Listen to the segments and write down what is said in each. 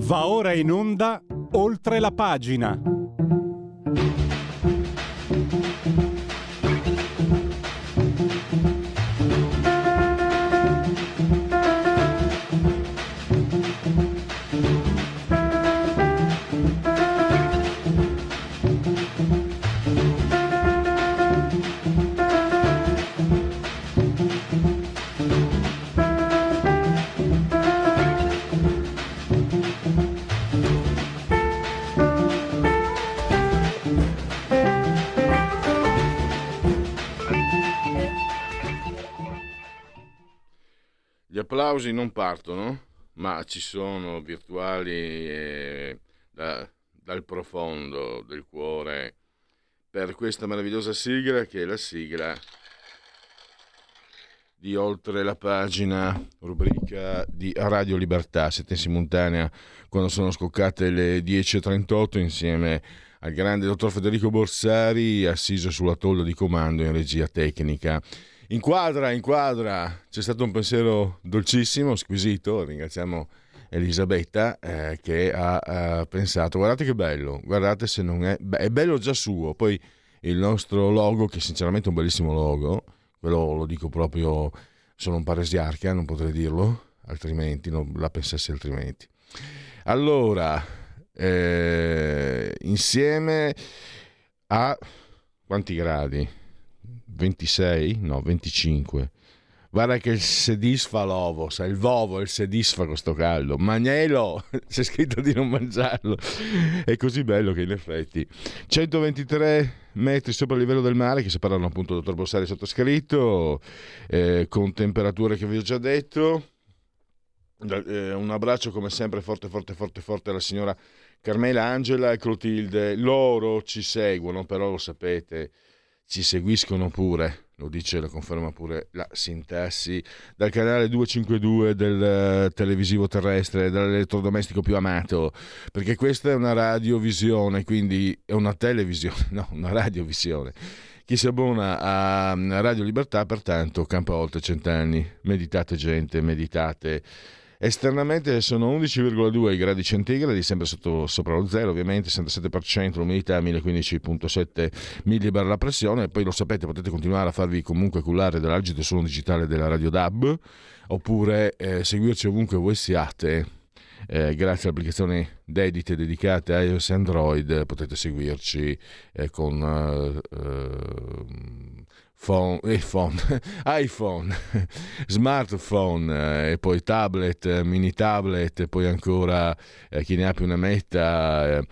Va ora in onda Oltre la pagina. Gli applausi non partono, ma ci sono virtuali dal profondo del cuore per questa meravigliosa sigla che è la sigla di Oltre la pagina, rubrica di Radio Libertà. Siete in simultanea quando sono scoccate le 10.38 insieme al grande dottor Federico Borsari, assiso sulla tolla di comando in regia tecnica. Inquadra, c'è stato un pensiero dolcissimo, squisito, ringraziamo Elisabetta che ha pensato, guardate che bello, guardate se non è bello già suo, poi il nostro logo, che sinceramente è un bellissimo logo, quello lo dico proprio, sono un paresiarca, non potrei dirlo, altrimenti, non la pensassi altrimenti. Allora, insieme a quanti gradi? 26? No, 25. Guarda che il sedisfa l'ovo, sa il vovo, il sedisfa con sto caldo. Magnelo, c'è scritto di non mangiarlo. È così bello che in effetti 123 metri sopra il livello del mare, che separano appunto il dottor Borsari sottoscritto, con temperature che vi ho già detto. Un abbraccio come sempre forte alla signora Carmela, Angela e Clotilde. Loro ci seguono, però lo sapete, ci seguiscono pure, lo dice, lo conferma pure la sintassi, dal canale 252 del televisivo terrestre, dall'elettrodomestico più amato, perché questa è una radiovisione, quindi è una televisione, no, una radiovisione. Chi si abbona a Radio Libertà, pertanto, campa oltre 100 anni. Meditate gente, meditate. Esternamente sono 11,2 gradi centigradi, sempre sopra lo zero, ovviamente, 67% l'umidità, 1015,7 millibar la pressione. E poi lo sapete, potete continuare a farvi comunque cullare dall'agito suono digitale della Radio DAB, oppure seguirci ovunque voi siate, grazie alle applicazioni dedicate a iOS e Android. Potete seguirci con iPhone, smartphone, e poi tablet, mini tablet, e poi ancora chi ne ha più ne metta,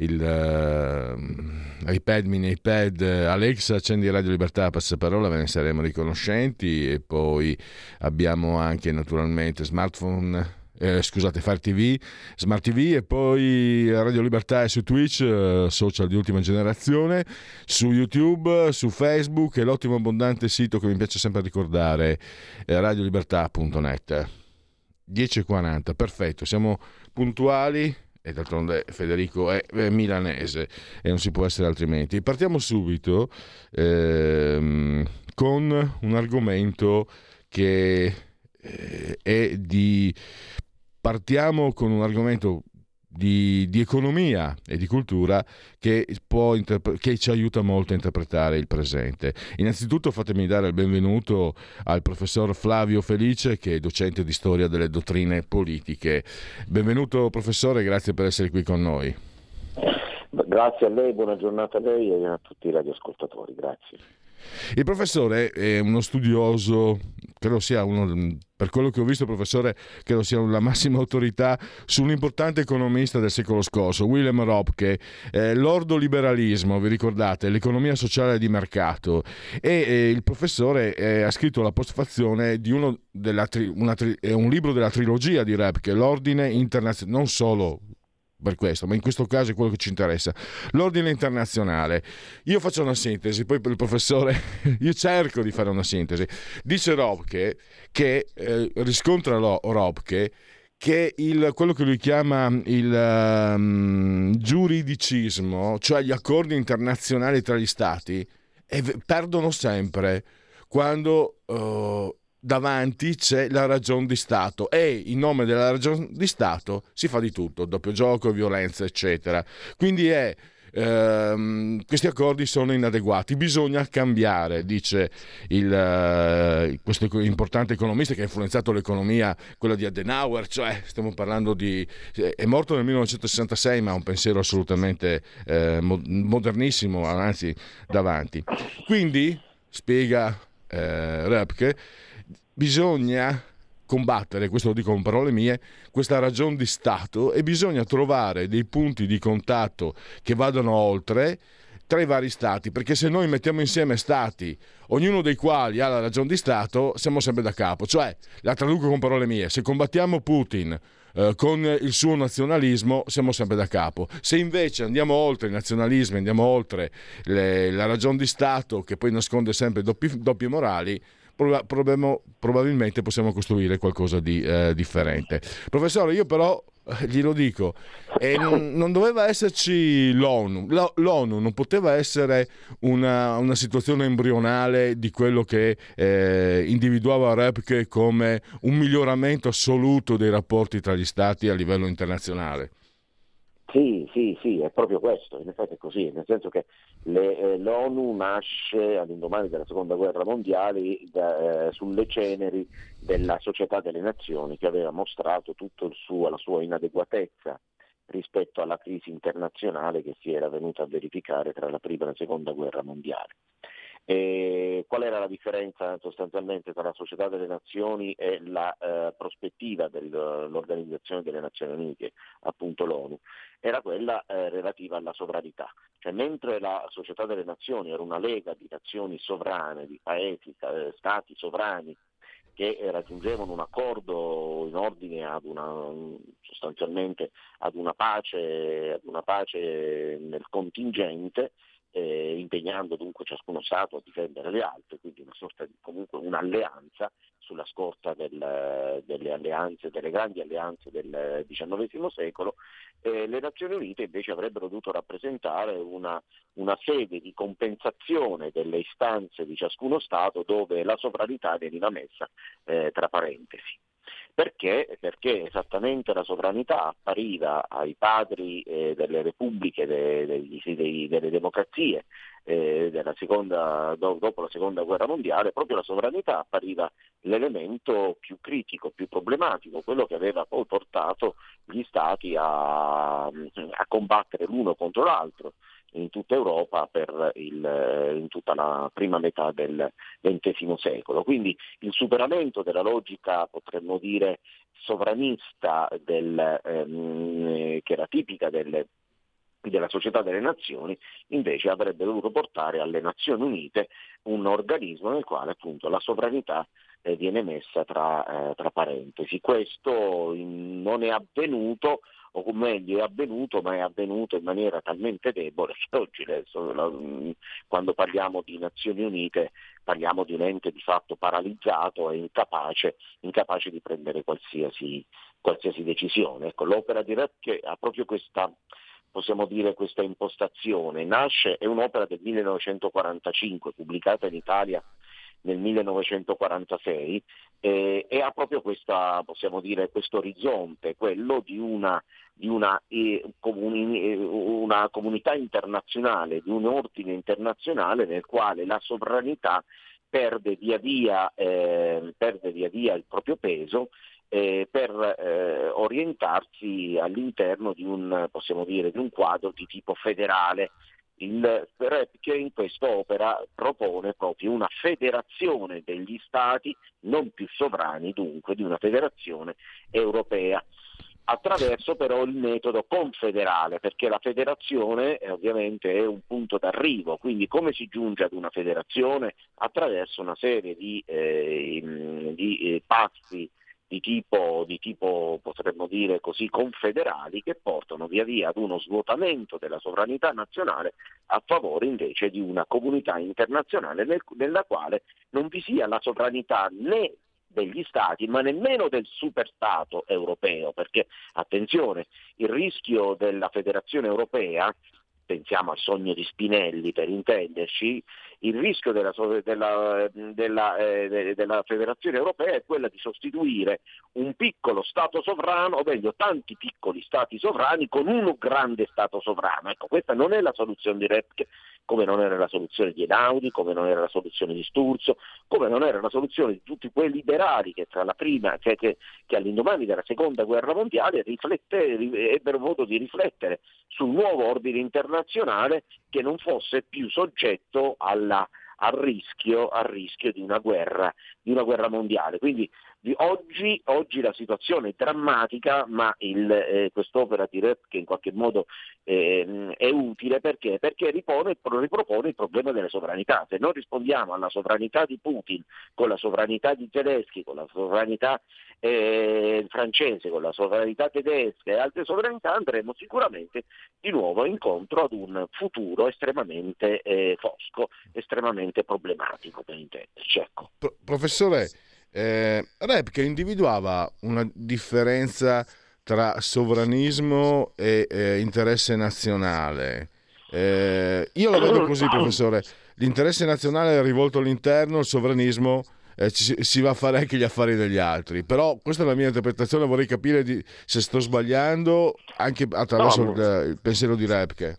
iPad, mini iPad. Alexa, accendi Radio Libertà, passaparola, ve ne saremo riconoscenti. E poi abbiamo anche naturalmente smartphone, Fire TV, Smart TV, e poi Radio Libertà è su Twitch, social di ultima generazione, su YouTube, su Facebook, e l'ottimo abbondante sito che mi piace sempre ricordare, radiolibertà.net. 10.40, perfetto, siamo puntuali, e d'altronde Federico è milanese e non si può essere altrimenti. Partiamo subito con un argomento che è di... Partiamo con un argomento di economia e di cultura che ci aiuta molto a interpretare il presente. Innanzitutto fatemi dare il benvenuto al professor Flavio Felice, che è docente di storia delle dottrine politiche. Benvenuto professore, grazie per essere qui con noi. Grazie a lei, buona giornata a lei e a tutti i radioascoltatori, grazie. Il professore è uno studioso, credo sia uno, per quello che ho visto, professore, credo sia la massima autorità su un importante economista del secolo scorso, Wilhelm Röpke, l'ordoliberalismo, vi ricordate, l'economia sociale di mercato, e il professore ha scritto la postfazione di un libro della trilogia di Röpke, l'ordine internazionale, non solo per questo, ma in questo caso è quello che ci interessa, l'ordine internazionale. Io faccio una sintesi, poi per il professore io cerco di fare una sintesi. Dice Röpke che riscontra Röpke che quello che lui chiama il giuridicismo, cioè gli accordi internazionali tra gli stati, perdono sempre quando davanti c'è la ragion di Stato e in nome della ragion di Stato si fa di tutto, doppio gioco, violenza, eccetera. Quindi questi accordi sono inadeguati, bisogna cambiare, dice questo importante economista che ha influenzato l'economia, quella di Adenauer, cioè stiamo parlando è morto nel 1966 ma ha un pensiero assolutamente modernissimo, anzi davanti. Quindi spiega Röpke, bisogna combattere, questo lo dico con parole mie, questa ragion di Stato e bisogna trovare dei punti di contatto che vadano oltre tra i vari stati, perché se noi mettiamo insieme stati, ognuno dei quali ha la ragion di Stato, siamo sempre da capo. Cioè, la traduco con parole mie, se combattiamo Putin con il suo nazionalismo siamo sempre da capo. Se invece andiamo oltre i nazionalismi, andiamo oltre la ragion di Stato che poi nasconde sempre doppie morali, probabilmente possiamo costruire qualcosa di differente. Professore, io però glielo dico, non doveva esserci l'ONU. L'ONU non poteva essere una situazione embrionale di quello che individuava Röpke come un miglioramento assoluto dei rapporti tra gli stati a livello internazionale. Sì, è proprio questo, in effetti è così, nel senso che l'ONU nasce all'indomani della Seconda Guerra Mondiale sulle ceneri della Società delle Nazioni, che aveva mostrato la sua inadeguatezza rispetto alla crisi internazionale che si era venuta a verificare tra la Prima e la Seconda Guerra Mondiale. E qual era la differenza sostanzialmente tra la Società delle Nazioni e la prospettiva dell'Organizzazione delle Nazioni Unite, appunto l'ONU? Era quella relativa alla sovranità. Cioè, mentre la Società delle Nazioni era una lega di nazioni sovrane, di paesi, stati sovrani che raggiungevano un accordo in ordine sostanzialmente ad una pace nel contingente, impegnando dunque ciascuno Stato a difendere le altre, quindi una sorta di comunque un'alleanza sulla scorta delle grandi alleanze del XIX secolo. Le Nazioni Unite invece avrebbero dovuto rappresentare una sede di compensazione delle istanze di ciascuno Stato, dove la sovranità veniva messa tra parentesi. Perché? Perché esattamente la sovranità appariva ai padri delle repubbliche, delle democrazie dopo la Seconda Guerra Mondiale, proprio la sovranità appariva l'elemento più critico, più problematico, quello che aveva poi portato gli Stati a combattere l'uno contro l'altro in tutta Europa in tutta la prima metà del XX secolo. Quindi il superamento della logica, potremmo dire, sovranista che era tipica della Società delle Nazioni, invece avrebbe dovuto portare alle Nazioni Unite un organismo nel quale appunto la sovranità viene messa tra parentesi. Questo non è avvenuto, o meglio è avvenuto, ma è avvenuto in maniera talmente debole che oggi quando parliamo di Nazioni Unite parliamo di un ente di fatto paralizzato e incapace di prendere qualsiasi decisione. Ecco, l'opera di Röpke ha proprio questa, possiamo dire, questa impostazione. È un'opera del 1945, pubblicata in Italia nel 1946, e ha proprio questa, possiamo dire, questo orizzonte, quello di una comunità internazionale, di un ordine internazionale nel quale la sovranità perde via via il proprio peso per orientarsi all'interno di un quadro di tipo federale. Che in quest'opera propone proprio una federazione degli stati non più sovrani, dunque di una federazione europea, attraverso però il metodo confederale, perché la federazione ovviamente è un punto d'arrivo. Quindi come si giunge ad una federazione? Attraverso una serie di passi di tipo, potremmo dire così, confederali, che portano via via ad uno svuotamento della sovranità nazionale a favore invece di una comunità internazionale nella quale non vi sia la sovranità né degli stati, ma nemmeno del superstato europeo, perché attenzione, il rischio della federazione europea pensiamo al sogno di Spinelli per intenderci, il rischio della Federazione Europea è quella di sostituire un piccolo Stato sovrano, o meglio tanti piccoli Stati sovrani, con un grande Stato sovrano. Ecco, questa non è la soluzione di Repke, come non era la soluzione di Einaudi, come non era la soluzione di Sturzo, come non era la soluzione di tutti quei liberali che tra la prima, che all'indomani della seconda guerra mondiale ebbero modo di riflettere sul nuovo ordine internazionale che non fosse più soggetto al rischio di una guerra mondiale. Quindi oggi la situazione è drammatica, ma quest'opera di Repke in qualche modo è utile perché ripropone il problema delle sovranità. Se noi rispondiamo alla sovranità di Putin con la sovranità di Zelensky, con la sovranità francese, con la sovranità tedesca e altre sovranità, andremo sicuramente di nuovo incontro ad un futuro estremamente fosco, estremamente problematico per intenderci. Ecco. Professore, Repke individuava una differenza tra sovranismo e interesse nazionale. Io lo vedo così, professore: l'interesse nazionale è rivolto all'interno, il sovranismo si va a fare anche gli affari degli altri. Però questa è la mia interpretazione, vorrei capire se sto sbagliando anche attraverso il pensiero di Repke.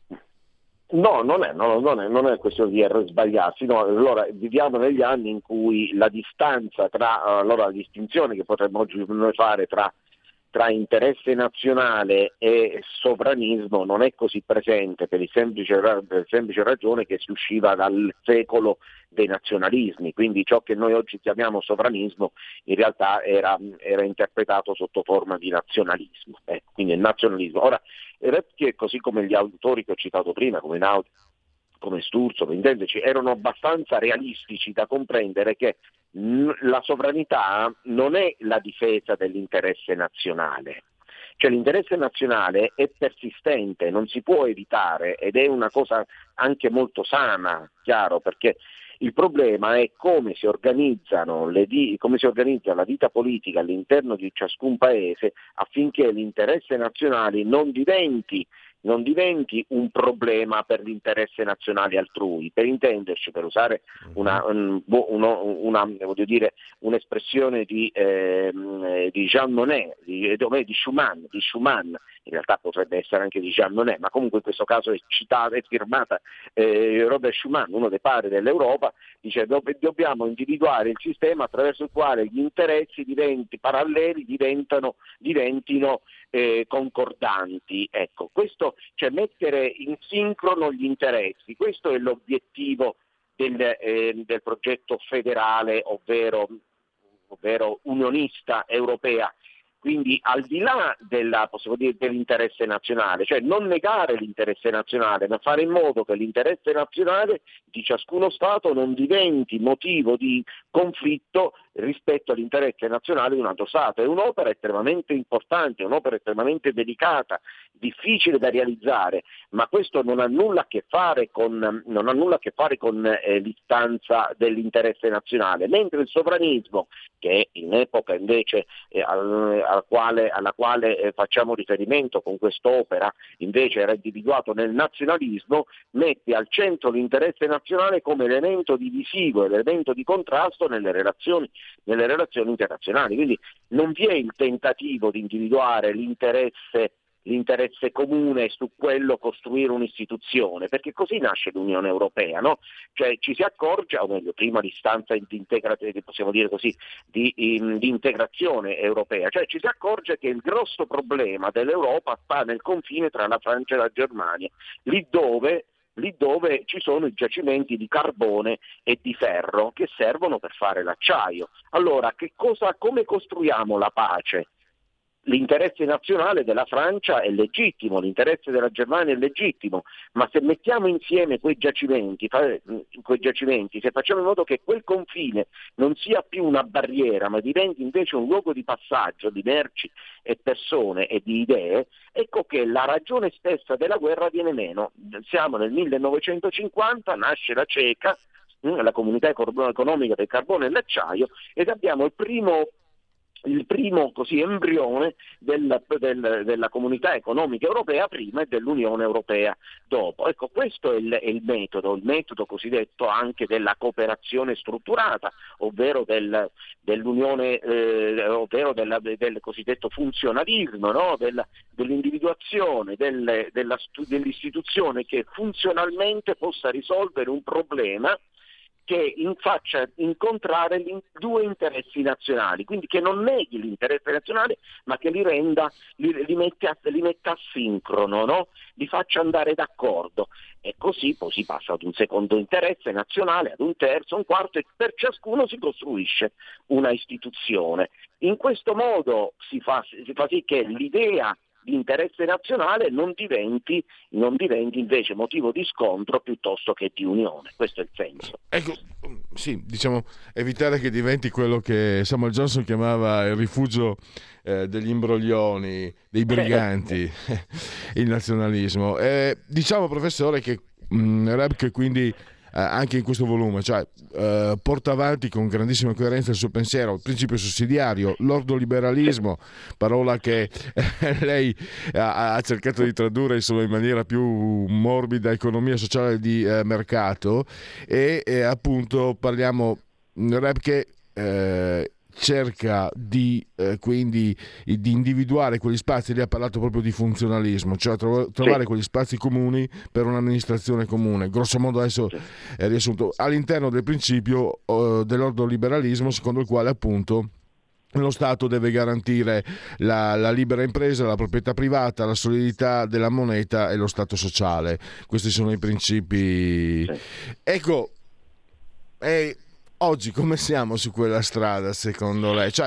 No, non è questione di sbagliarsi. No. Allora, viviamo negli anni in cui la distanza la distinzione che potremmo oggi noi fare tra interesse nazionale e sovranismo non è così presente per il semplice ragione che si usciva dal secolo dei nazionalismi, quindi ciò che noi oggi chiamiamo sovranismo in realtà era interpretato sotto forma di nazionalismo, quindi il nazionalismo. Ora, Repke, così come gli autori che ho citato prima, come Einaudi, come Sturzo, per intenderci, erano abbastanza realistici da comprendere che la sovranità non è la difesa dell'interesse nazionale. Cioè l'interesse nazionale è persistente, non si può evitare ed è una cosa anche molto sana, chiaro, perché il problema è come si organizza la vita politica all'interno di ciascun paese affinché l'interesse nazionale non diventi un problema per l'interesse nazionale altrui. Per intenderci, per usare un'espressione di Jean Monnet, di Schuman, in realtà potrebbe essere anche di Jean Monnet, ma comunque in questo caso è firmata Robert Schuman, uno dei padri dell'Europa, dice dobbiamo individuare il sistema attraverso il quale gli interessi paralleli diventino concordanti. Ecco, questo, cioè mettere in sincrono gli interessi, questo è l'obiettivo del progetto federale, ovvero unionista europea. Quindi al di là dell'interesse nazionale, cioè non negare l'interesse nazionale, ma fare in modo che l'interesse nazionale di ciascuno Stato non diventi motivo di conflitto rispetto all'interesse nazionale di un altro Stato. È un'opera estremamente importante, un'opera estremamente delicata, difficile da realizzare, ma questo non ha nulla a che fare con l'istanza dell'interesse nazionale, mentre il sovranismo, che in epoca invece alla quale facciamo riferimento con quest'opera, invece era individuato nel nazionalismo, mette al centro l'interesse nazionale come elemento divisivo, elemento di contrasto nelle relazioni internazionali. Quindi non vi è il tentativo di individuare l'interesse comune e su quello costruire un'istituzione, perché così nasce l'Unione Europea, no? Cioè ci si accorge, o meglio, prima l'istanza possiamo dire così, di integrazione europea, cioè ci si accorge che il grosso problema dell'Europa sta nel confine tra la Francia e la Germania, lì dove ci sono i giacimenti di carbone e di ferro che servono per fare l'acciaio. Allora, come costruiamo la pace? L'interesse nazionale della Francia è legittimo, l'interesse della Germania è legittimo, ma se mettiamo insieme quei giacimenti, se facciamo in modo che quel confine non sia più una barriera, ma diventi invece un luogo di passaggio di merci e persone e di idee, ecco che la ragione stessa della guerra viene meno. Siamo nel 1950, nasce la CECA, la Comunità Economica del Carbone e dell'Acciaio, ed abbiamo il primo il primo così embrione della comunità economica europea prima e dell'Unione Europea dopo. Ecco, questo è il metodo cosiddetto anche della cooperazione strutturata, ovvero dell'unione, del cosiddetto funzionalismo, no? Dell'individuazione dell'istituzione che funzionalmente possa risolvere un problema che faccia incontrare due interessi nazionali, quindi che non neghi l'interesse nazionale, ma che li metta a sincrono, no? Li faccia andare d'accordo, e così poi si passa ad un secondo interesse nazionale, ad un terzo, un quarto, e per ciascuno si costruisce una istituzione. In questo modo si fa sì che l'idea di interesse nazionale non diventi invece motivo di scontro piuttosto che di unione. Questo è il senso. Ecco, sì, diciamo, evitare che diventi quello che Samuel Johnson chiamava il rifugio degli imbroglioni, dei briganti, il nazionalismo. Diciamo, professore, che Rebke quindi anche in questo volume, cioè porta avanti con grandissima coerenza il suo pensiero, il principio sussidiario, l'ordoliberalismo, parola che lei ha cercato di tradurre insomma in maniera più morbida, economia sociale di mercato, e appunto parliamo, Rebke cerca quindi di individuare quegli spazi. Lei ha parlato proprio di funzionalismo, cioè trovare quegli spazi comuni per un'amministrazione comune, grosso modo adesso è riassunto all'interno del principio dell'ordoliberalismo, secondo il quale appunto lo Stato deve garantire la libera impresa, la proprietà privata, la solidità della moneta e lo Stato sociale. Questi sono i principi. Ecco, oggi come siamo su quella strada secondo lei? Cioè,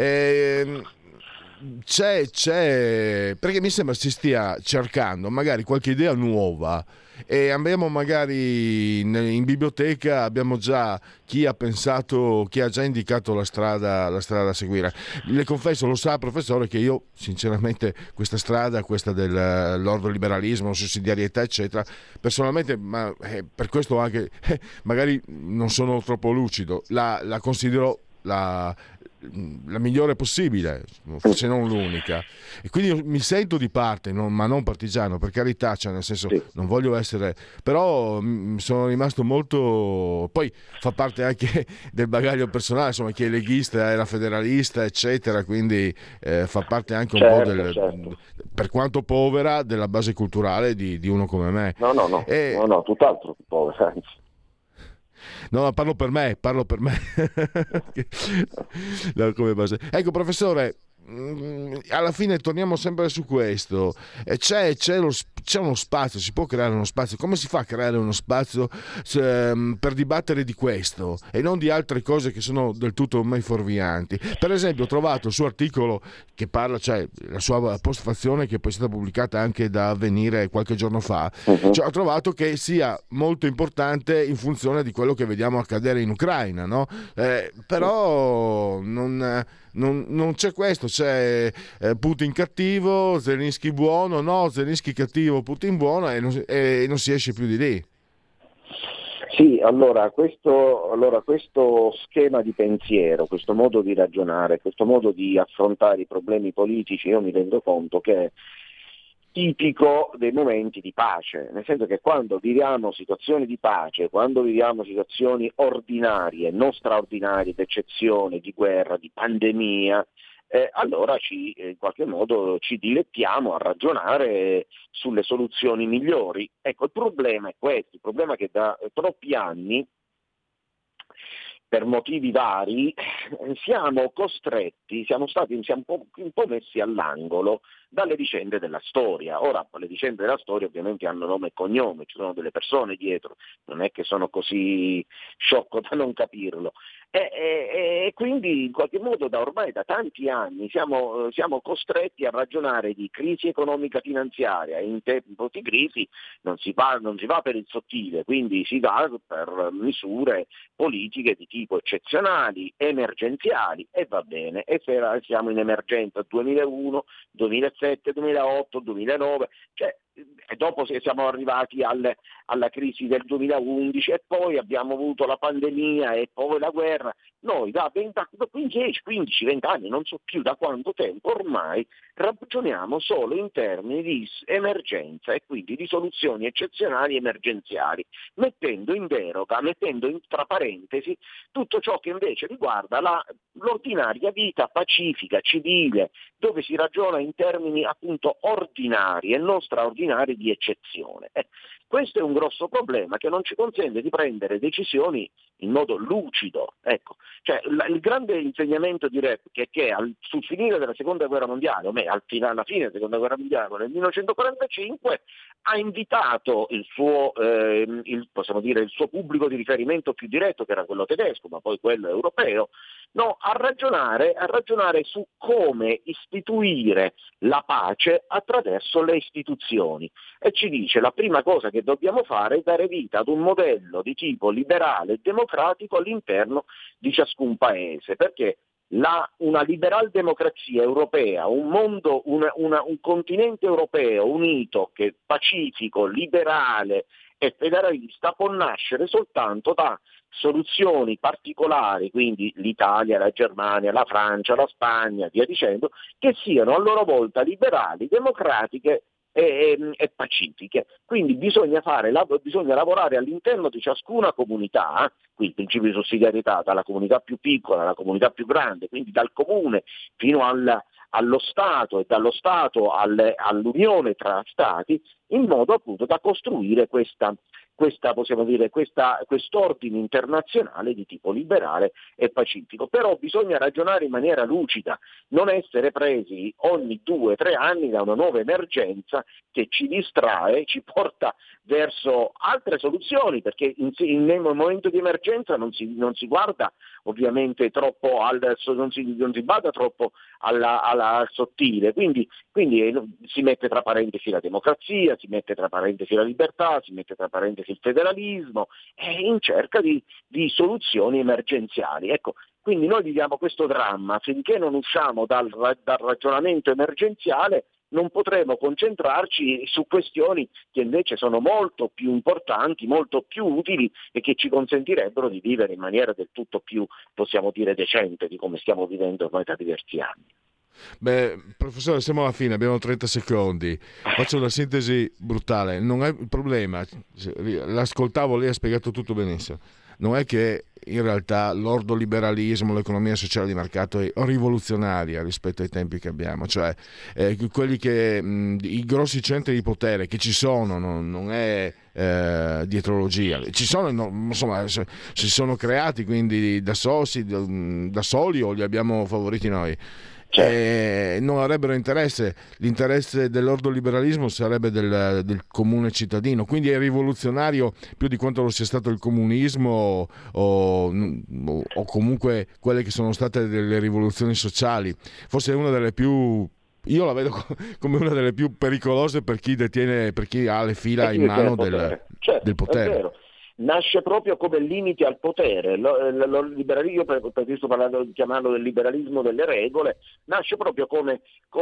c'è perché mi sembra si stia cercando magari qualche idea nuova, e abbiamo magari in biblioteca abbiamo già chi ha già indicato la strada da seguire. Le confesso, lo sa professore, che io sinceramente questa strada, questa dell'ordoliberalismo, sussidiarietà eccetera, personalmente, ma per questo anche magari non sono troppo lucido, la considero la migliore possibile, se non l'unica, e quindi mi sento di parte, ma non partigiano, per carità, cioè nel senso non voglio essere, però sono rimasto molto, poi fa parte anche del bagaglio personale, insomma, chi è leghista era federalista eccetera, quindi fa parte anche un po' per quanto povera, della base culturale di uno come me. No, tutt'altro che povera, anzi. No, parlo per me. No, come base. Ecco, professore, alla fine torniamo sempre su questo. C'è uno spazio, si può creare uno spazio. Come si fa a creare uno spazio per dibattere di questo e non di altre cose che sono del tutto ormai fuorvianti? Per esempio, ho trovato il suo articolo che parla, cioè la sua postfazione, che poi è stata pubblicata anche da Avvenire qualche giorno fa. Cioè, ho trovato che sia molto importante in funzione di quello che vediamo accadere in Ucraina, no? Però non c'è questo, c'è Putin cattivo, Zelensky buono, no, Zelensky cattivo, Putin buono, e non si esce più di lì. Sì, allora questo schema di pensiero, questo modo di ragionare, questo modo di affrontare i problemi politici, io mi rendo conto che è tipico dei momenti di pace, nel senso che quando viviamo situazioni di pace, quando viviamo situazioni ordinarie, non straordinarie, d'eccezione, di guerra, di pandemia, allora in qualche modo ci dilettiamo a ragionare sulle soluzioni migliori. Ecco, il problema è questo, il problema è che da troppi anni, per motivi vari, siamo stati un po' messi all'angolo dalle vicende della storia. Ora, le vicende della storia ovviamente hanno nome e cognome, ci sono delle persone dietro, non è che sono così sciocco da non capirlo. E quindi in qualche modo ormai da tanti anni siamo costretti a ragionare di crisi economica finanziaria, e in tempo di crisi non si va per il sottile, quindi si va per misure politiche di tipo eccezionali, emergenziali, e va bene, e siamo in emergenza 2001, 2007, 2008, 2009, cioè, e dopo siamo arrivati alla crisi del 2011 e poi abbiamo avuto la pandemia e poi la guerra. Noi da 10, 15, 20 anni, non so più da quanto tempo, ormai ragioniamo solo in termini di emergenza e quindi di soluzioni eccezionali emergenziali, mettendo in deroga, mettendo tra parentesi tutto ciò che invece riguarda l'ordinaria vita pacifica, civile, dove si ragiona in termini appunto ordinari e non straordinari di eccezione. Questo è un grosso problema che non ci consente di prendere decisioni in modo lucido. Ecco. Cioè, il grande insegnamento di Repke è che sul finire della seconda guerra mondiale, alla fine della seconda guerra mondiale, nel 1945, ha invitato il suo pubblico di riferimento più diretto, che era quello tedesco, ma poi quello europeo, a ragionare su come istituire la pace attraverso le istituzioni. E ci dice: la prima cosa che dobbiamo fare è dare vita ad un modello di tipo liberale e democratico all'interno di ciascun paese, perché una liberal democrazia europea, un continente europeo unito, che pacifico, liberale e federalista, può nascere soltanto da soluzioni particolari, quindi l'Italia, la Germania, la Francia, la Spagna, via dicendo, che siano a loro volta liberali, democratiche e pacifiche. Quindi bisogna lavorare all'interno di ciascuna comunità, qui il principio di sussidiarietà, dalla comunità più piccola alla comunità più grande, quindi dal comune fino allo Stato e dallo Stato all'unione tra Stati, in modo appunto da costruire quest'ordine internazionale di tipo liberale e pacifico. Però bisogna ragionare in maniera lucida, non essere presi ogni 2 o 3 anni da una nuova emergenza che ci distrae, ci porta verso altre soluzioni, perché nel momento di emergenza non si guarda ovviamente troppo non si bada troppo alla sottile, quindi si mette tra parentesi la democrazia, si mette tra parentesi la libertà, si mette tra parentesi il federalismo, in cerca di soluzioni emergenziali. Ecco, quindi noi viviamo questo dramma: finché non usciamo dal ragionamento emergenziale non potremo concentrarci su questioni che invece sono molto più importanti, molto più utili e che ci consentirebbero di vivere in maniera del tutto più, possiamo dire, decente di come stiamo vivendo ormai da diversi anni. Beh, professore, siamo alla fine, abbiamo 30 secondi. Faccio una sintesi brutale. Non è il problema, l'ascoltavo, lei ha spiegato tutto benissimo. Non è che in realtà l'ordoliberalismo, l'economia sociale di mercato è rivoluzionaria rispetto ai tempi che abbiamo, cioè quelli che i grossi centri di potere che ci sono, non è dietrologia, ci sono, insomma, si sono creati quindi da soli o li abbiamo favoriti noi. Non avrebbero interesse. L'interesse dell'ordoliberalismo sarebbe del comune cittadino, quindi è rivoluzionario più di quanto lo sia stato il comunismo o comunque quelle che sono state delle rivoluzioni sociali. Forse è una delle più, io la vedo come una delle più pericolose per chi ha le fila in mano del potere. È vero. Nasce proprio come limite al potere. Il liberalismo, preferisco chiamarlo del liberalismo delle regole, nasce proprio come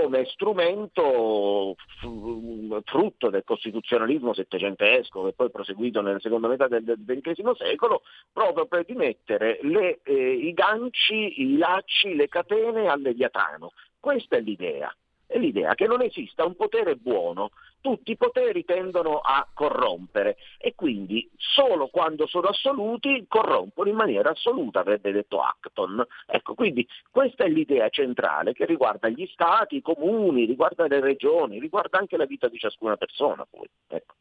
strumento frutto del costituzionalismo settecentesco, che poi è proseguito nella seconda metà del XX secolo, proprio per rimettere i ganci, i lacci, le catene al Leviatano. Questa è l'idea. È l'idea che non esista un potere buono. Tutti i poteri tendono a corrompere e quindi solo quando sono assoluti corrompono in maniera assoluta, avrebbe detto Acton. Ecco, quindi questa è l'idea centrale che riguarda gli stati, i comuni, riguarda le regioni, riguarda anche la vita di ciascuna persona. Poi. Ecco.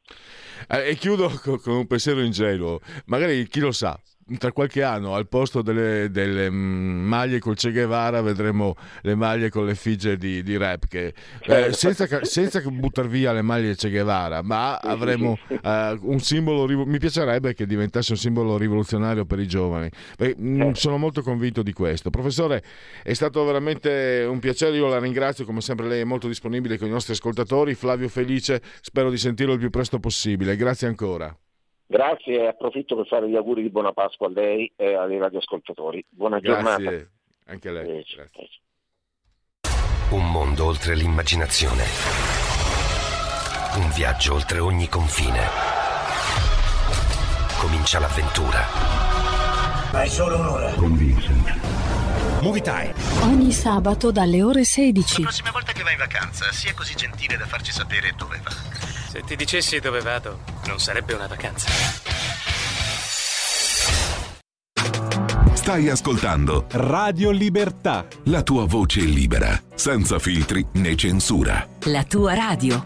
E chiudo con un pensiero ingenuo. Magari, chi lo sa, tra qualche anno al posto delle maglie col Che Guevara vedremo le maglie con l'effigie di Repke, senza buttar via le maglie Che Guevara, ma avremo un simbolo. Mi piacerebbe che diventasse un simbolo rivoluzionario per i giovani. Sono molto convinto di questo. Professore, è stato veramente un piacere, io la ringrazio, come sempre lei è molto disponibile con i nostri ascoltatori. Flavio Felice, spero di sentirlo il più presto possibile. Grazie ancora. Grazie e approfitto per fare gli auguri di buona Pasqua a lei e ai radioascoltatori. Buona giornata. Grazie, anche a lei. Grazie. Un mondo oltre l'immaginazione. Un viaggio oltre ogni confine. comincia l'avventura. Hai solo un'ora. Con Vincent. Movie Time. Ogni sabato dalle ore 16. La prossima volta che vai in vacanza, sia così gentile da farci sapere dove va. Se ti dicessi dove vado, non sarebbe una vacanza. Stai ascoltando Radio Libertà. La tua voce libera, senza filtri né censura. La tua radio.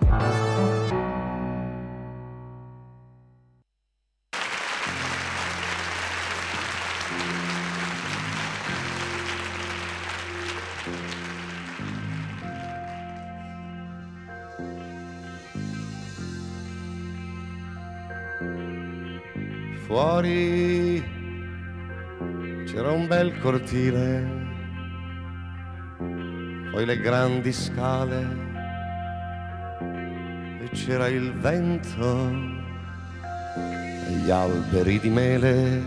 Fuori c'era un bel cortile, poi le grandi scale e c'era il vento e gli alberi di mele.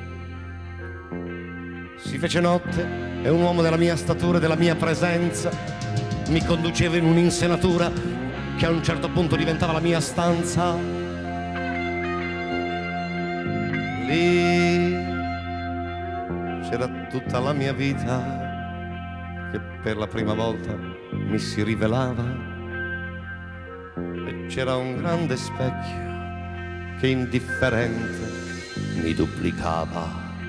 Si fece notte e un uomo della mia statura e della mia presenza mi conduceva in un'insenatura che a un certo punto diventava la mia stanza. Lì c'era tutta la mia vita che per la prima volta mi si rivelava e c'era un grande specchio che indifferente mi duplicava.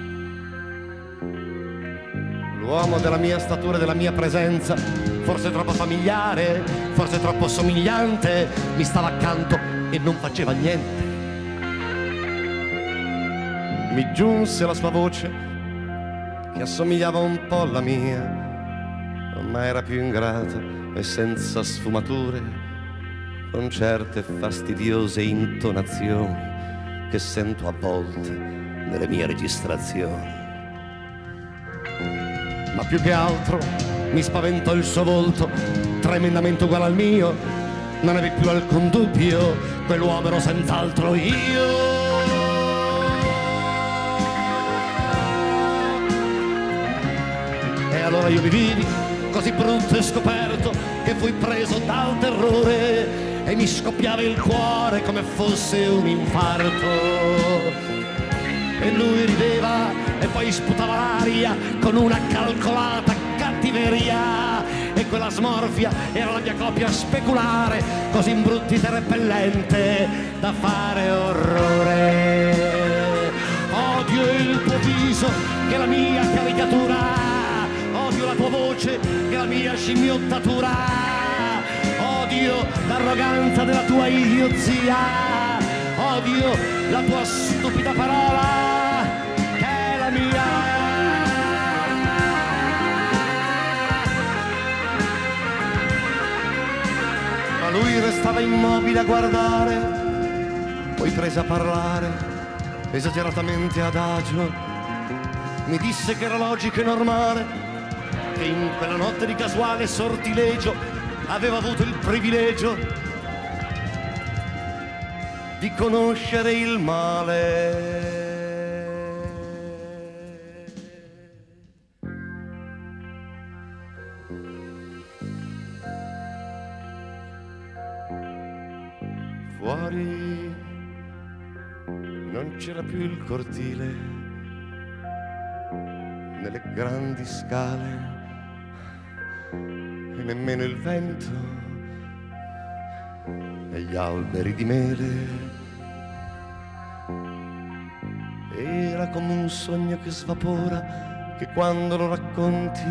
L'uomo della mia statura e della mia presenza, forse troppo familiare, forse troppo somigliante, mi stava accanto e non faceva niente. Mi giunse la sua voce che assomigliava un po' alla mia, ma era più ingrata e senza sfumature, con certe fastidiose intonazioni che sento a volte nelle mie registrazioni. Ma più che altro mi spaventò il suo volto, tremendamente uguale al mio, non ebbe più alcun dubbio, quell'uomo ero senz'altro io. E allora io mi vidi così brutto e scoperto che fui preso dal terrore e mi scoppiava il cuore come fosse un infarto. E lui rideva e poi sputava l'aria con una calcolata cattiveria, e quella smorfia era la mia coppia speculare, così imbruttita e repellente da fare orrore. Odio il tuo viso che è la mia caricatura, odio la tua voce che è la mia scimmiottatura, odio l'arroganza della tua idiozia, odio la tua stupida parola che è la mia. Ma lui restava immobile a guardare, poi prese a parlare esageratamente adagio. Mi disse che era logico e normale, che in quella notte di casuale sortilegio aveva avuto il privilegio di conoscere il male. Fuori non c'era più il cortile, nelle grandi scale, e nemmeno il vento e gli alberi di mele. Era come un sogno che svapora, che quando lo racconti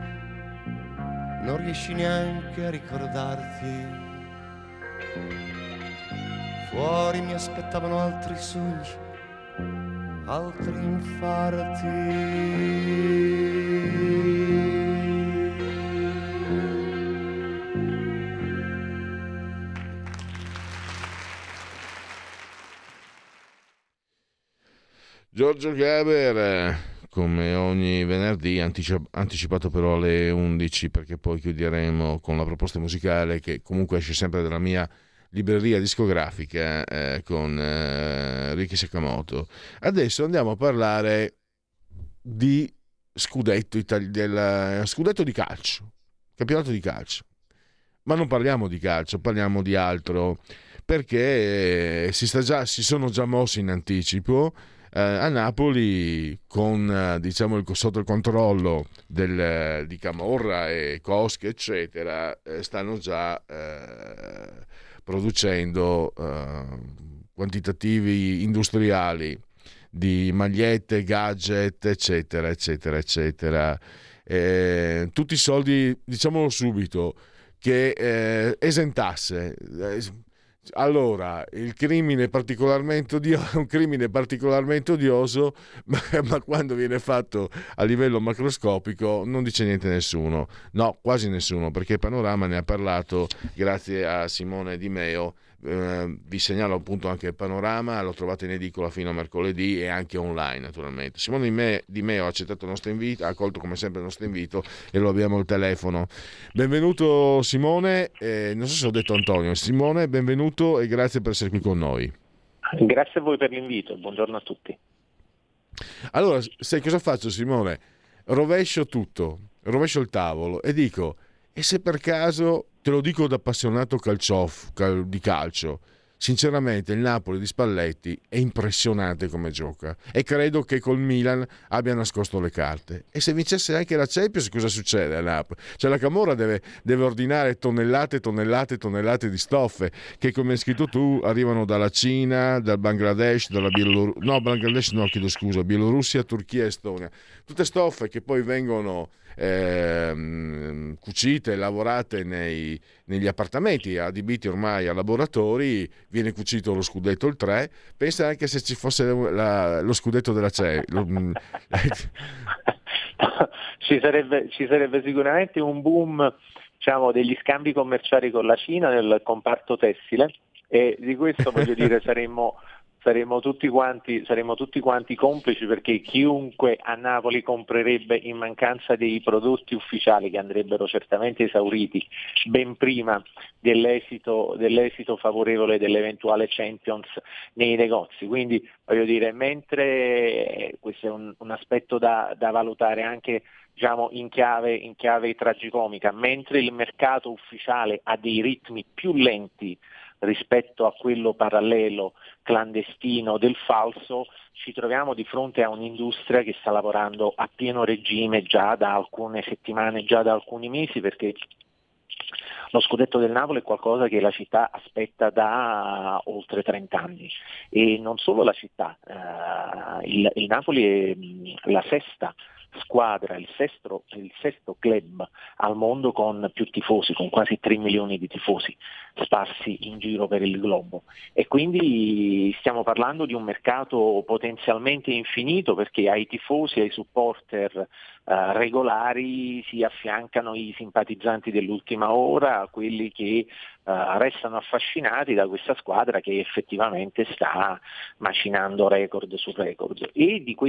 non riesci neanche a ricordarti. Fuori mi aspettavano altri sogni, altri infarti. Giorgio Gaber, come ogni venerdì, anticipato però alle 11, perché poi chiuderemo con la proposta musicale che comunque esce sempre dalla mia libreria discografica con Ricky Sakamoto. Adesso andiamo a parlare di scudetto del scudetto di calcio, campionato di calcio. Ma non parliamo di calcio, parliamo di altro, perché si sono già mossi in anticipo. A Napoli con sotto il controllo di Camorra e Cosche eccetera, stanno già producendo quantitativi industriali di magliette, gadget eccetera eccetera eccetera, tutti i soldi, diciamolo subito, che esentasse. Allora, il crimine è un crimine particolarmente odioso, ma quando viene fatto a livello macroscopico non dice niente nessuno, no, quasi nessuno, perché Panorama ne ha parlato grazie a Simone Di Meo. Vi segnalo appunto anche il Panorama, lo trovate in edicola fino a mercoledì e anche online naturalmente. Simone Di Meo ha accettato il nostro invito, ha accolto come sempre il nostro invito e lo abbiamo al telefono. Benvenuto Simone, non so se ho detto Antonio. Simone, benvenuto e grazie per essere qui con noi. Grazie a voi per l'invito, buongiorno a tutti. Allora, sai cosa faccio Simone? Rovescio il tavolo e dico: e se per caso, te lo dico da appassionato di calcio, sinceramente il Napoli di Spalletti è impressionante come gioca e credo che col Milan abbia nascosto le carte. E se vincesse anche la Champions, cosa succede a Napoli? Cioè la Camorra deve ordinare tonnellate e tonnellate e tonnellate di stoffe che, come hai scritto tu, arrivano dalla Cina, dal Bangladesh, dalla Bielorussia, Turchia e Estonia. Tutte stoffe che poi vengono cucite e lavorate negli appartamenti adibiti ormai a laboratori. Viene cucito lo scudetto il 3. Pensa anche se ci fosse lo scudetto della CE. Ci sarebbe sicuramente un boom, diciamo, degli scambi commerciali con la Cina nel comparto tessile, e di questo voglio dire saremmo tutti quanti complici, perché chiunque a Napoli comprerebbe in mancanza dei prodotti ufficiali che andrebbero certamente esauriti ben prima dell'esito favorevole dell'eventuale Champions nei negozi. Quindi voglio dire, mentre questo è un aspetto da valutare anche, diciamo, in chiave tragicomica, mentre il mercato ufficiale ha dei ritmi più lenti rispetto a quello parallelo clandestino del falso, ci troviamo di fronte a un'industria che sta lavorando a pieno regime già da alcune settimane, già da alcuni mesi, perché lo scudetto del Napoli è qualcosa che la città aspetta da oltre 30 anni, e non solo la città, il Napoli è la sesta squadra, il sesto club al mondo con più tifosi, con quasi 3 milioni di tifosi sparsi in giro per il globo, e quindi stiamo parlando di un mercato potenzialmente infinito, perché ai tifosi, ai supporter regolari si affiancano i simpatizzanti dell'ultima ora, quelli che restano affascinati da questa squadra che effettivamente sta macinando record su record, e di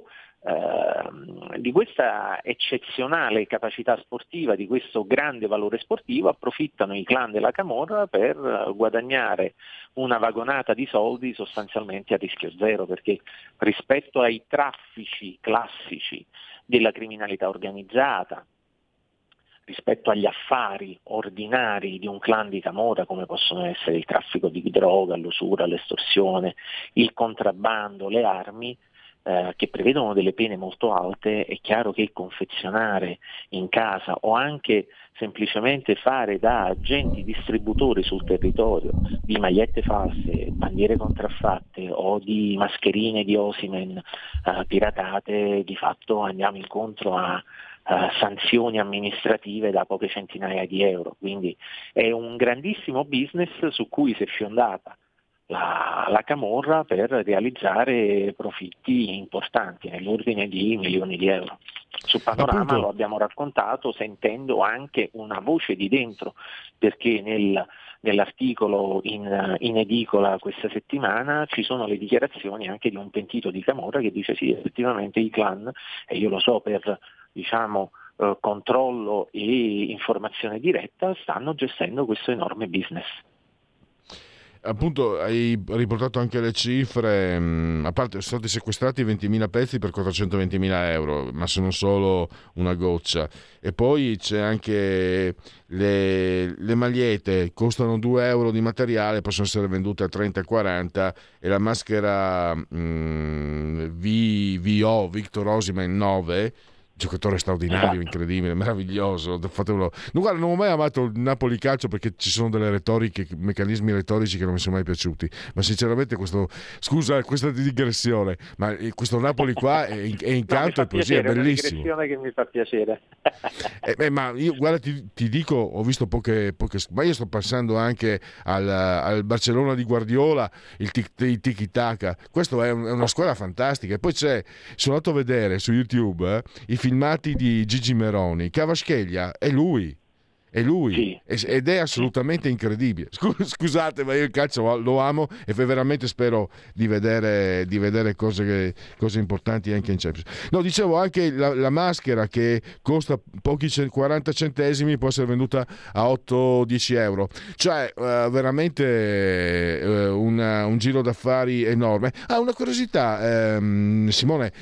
questa eccezionale capacità sportiva, di questo grande valore sportivo, approfittano i clan della Camorra per guadagnare una vagonata di soldi sostanzialmente a rischio zero, perché rispetto ai traffici classici della criminalità organizzata, rispetto agli affari ordinari di un clan di Camorra, come possono essere il traffico di droga, l'usura, l'estorsione, il contrabbando, le armi, che prevedono delle pene molto alte, è chiaro che confezionare in casa o anche semplicemente fare da agenti distributori sul territorio di magliette false, bandiere contraffatte o di mascherine di Osimen piratate, di fatto andiamo incontro a sanzioni amministrative da poche centinaia di euro. Quindi è un grandissimo business su cui si è fiondata la Camorra per realizzare profitti importanti nell'ordine di milioni di euro. Su Panorama appunto, lo abbiamo raccontato sentendo anche una voce di dentro, perché nell'articolo in edicola questa settimana ci sono le dichiarazioni anche di un pentito di Camorra che dice sì, effettivamente i clan, e io lo so per, diciamo, controllo e informazione diretta, stanno gestendo questo enorme business. appunto hai riportato anche le cifre, a parte sono stati sequestrati 20.000 pezzi per 420.000 euro, ma sono solo una goccia. E poi c'è anche le magliette, costano 2 euro di materiale, possono essere vendute a 30-40, e la maschera VO Victor Osimhen 9, giocatore straordinario, incredibile, meraviglioso. Guarda, non ho mai amato il Napoli calcio perché ci sono delle retoriche, meccanismi retorici che non mi sono mai piaciuti, ma sinceramente questa digressione, ma questo Napoli qua è incanto e poesia, è bellissimo. È una digressione che mi fa piacere. Ma io, guarda, ti dico, ho visto poche, ma io sto passando anche al Barcellona di Guardiola, il tiki-taka. Questo è una squadra fantastica. E poi sono andato a vedere su YouTube i filmati di Gigi Meroni. Cavascheglia è lui, sì. Ed è assolutamente incredibile. Scusate, ma io il calcio lo amo e veramente spero di vedere cose importanti anche in Champions. No, dicevo, anche la maschera che costa pochi 40 centesimi può essere venduta a 8-10 euro, cioè veramente un giro d'affari enorme. Una curiosità, Simone,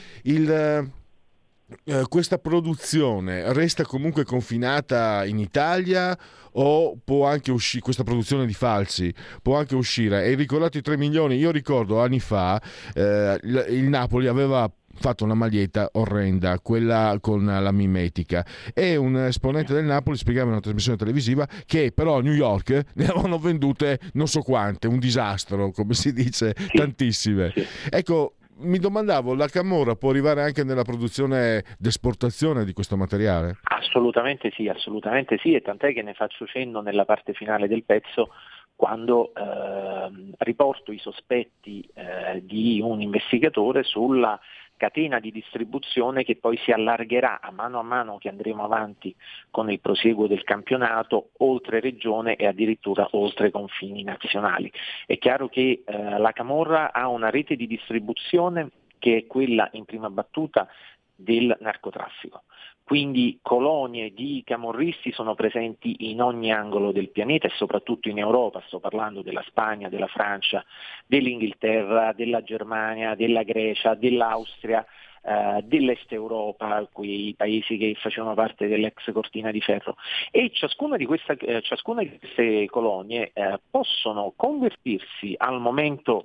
questa produzione resta comunque confinata in Italia o può anche uscire, questa produzione di falsi può anche uscire? Hai ricordato i 3 milioni? Io ricordo anni fa il Napoli aveva fatto una maglietta orrenda, quella con la mimetica, e un esponente del Napoli spiegava in una trasmissione televisiva che però a New York ne avevano vendute non so quante, un disastro, come si dice, tantissime. Ecco, mi domandavo, la Camorra può arrivare anche nella produzione d'esportazione di questo materiale? Assolutamente sì, e tant'è che ne faccio cenno nella parte finale del pezzo, quando riporto i sospetti di un investigatore sulla catena di distribuzione che poi si allargherà a mano che andremo avanti con il prosieguo del campionato, oltre regione e addirittura oltre confini nazionali. È chiaro che la Camorra ha una rete di distribuzione che è quella in prima battuta del narcotraffico. Quindi colonie di camorristi sono presenti in ogni angolo del pianeta e soprattutto in Europa. Sto parlando della Spagna, della Francia, dell'Inghilterra, della Germania, della Grecia, dell'Austria, dell'Est Europa, quei paesi che facevano parte dell'ex cortina di ferro. E ciascuna di queste colonie possono convertirsi al momento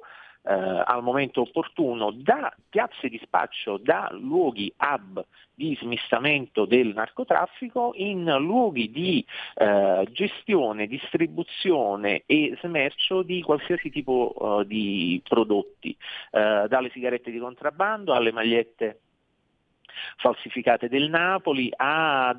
opportuno da piazze di spaccio, da luoghi hub di smistamento del narcotraffico in luoghi di gestione, distribuzione e smercio di qualsiasi tipo di prodotti, dalle sigarette di contrabbando alle magliette falsificate del Napoli ad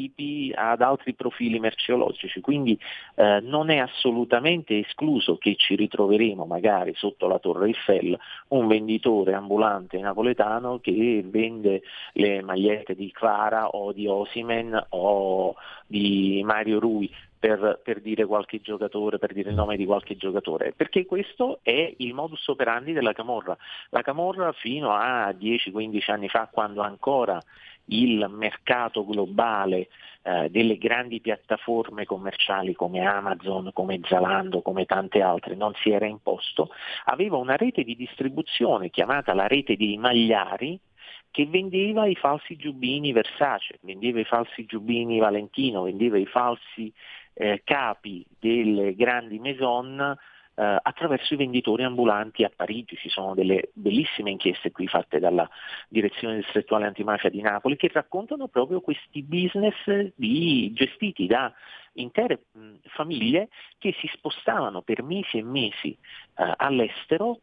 altri profili merceologici, quindi non è assolutamente escluso che ci ritroveremo magari sotto la Torre Eiffel un venditore ambulante napoletano che vende le magliette di Clara o di Osimhen o di Mario Rui, per dire qualche giocatore, per dire il nome di qualche giocatore, perché questo è il modus operandi della Camorra. La Camorra fino a 10-15 anni fa, quando ancora il mercato globale delle grandi piattaforme commerciali come Amazon, come Zalando, come tante altre non si era imposto, aveva una rete di distribuzione chiamata la rete dei magliari, che vendeva i falsi giubbini Versace, vendeva i falsi giubbini Valentino, vendeva i falsi capi delle grandi maison attraverso i venditori ambulanti a Parigi. Ci sono delle bellissime inchieste qui fatte dalla Direzione Distrettuale Antimafia di Napoli che raccontano proprio questi business gestiti da intere famiglie che si spostavano per mesi e mesi all'estero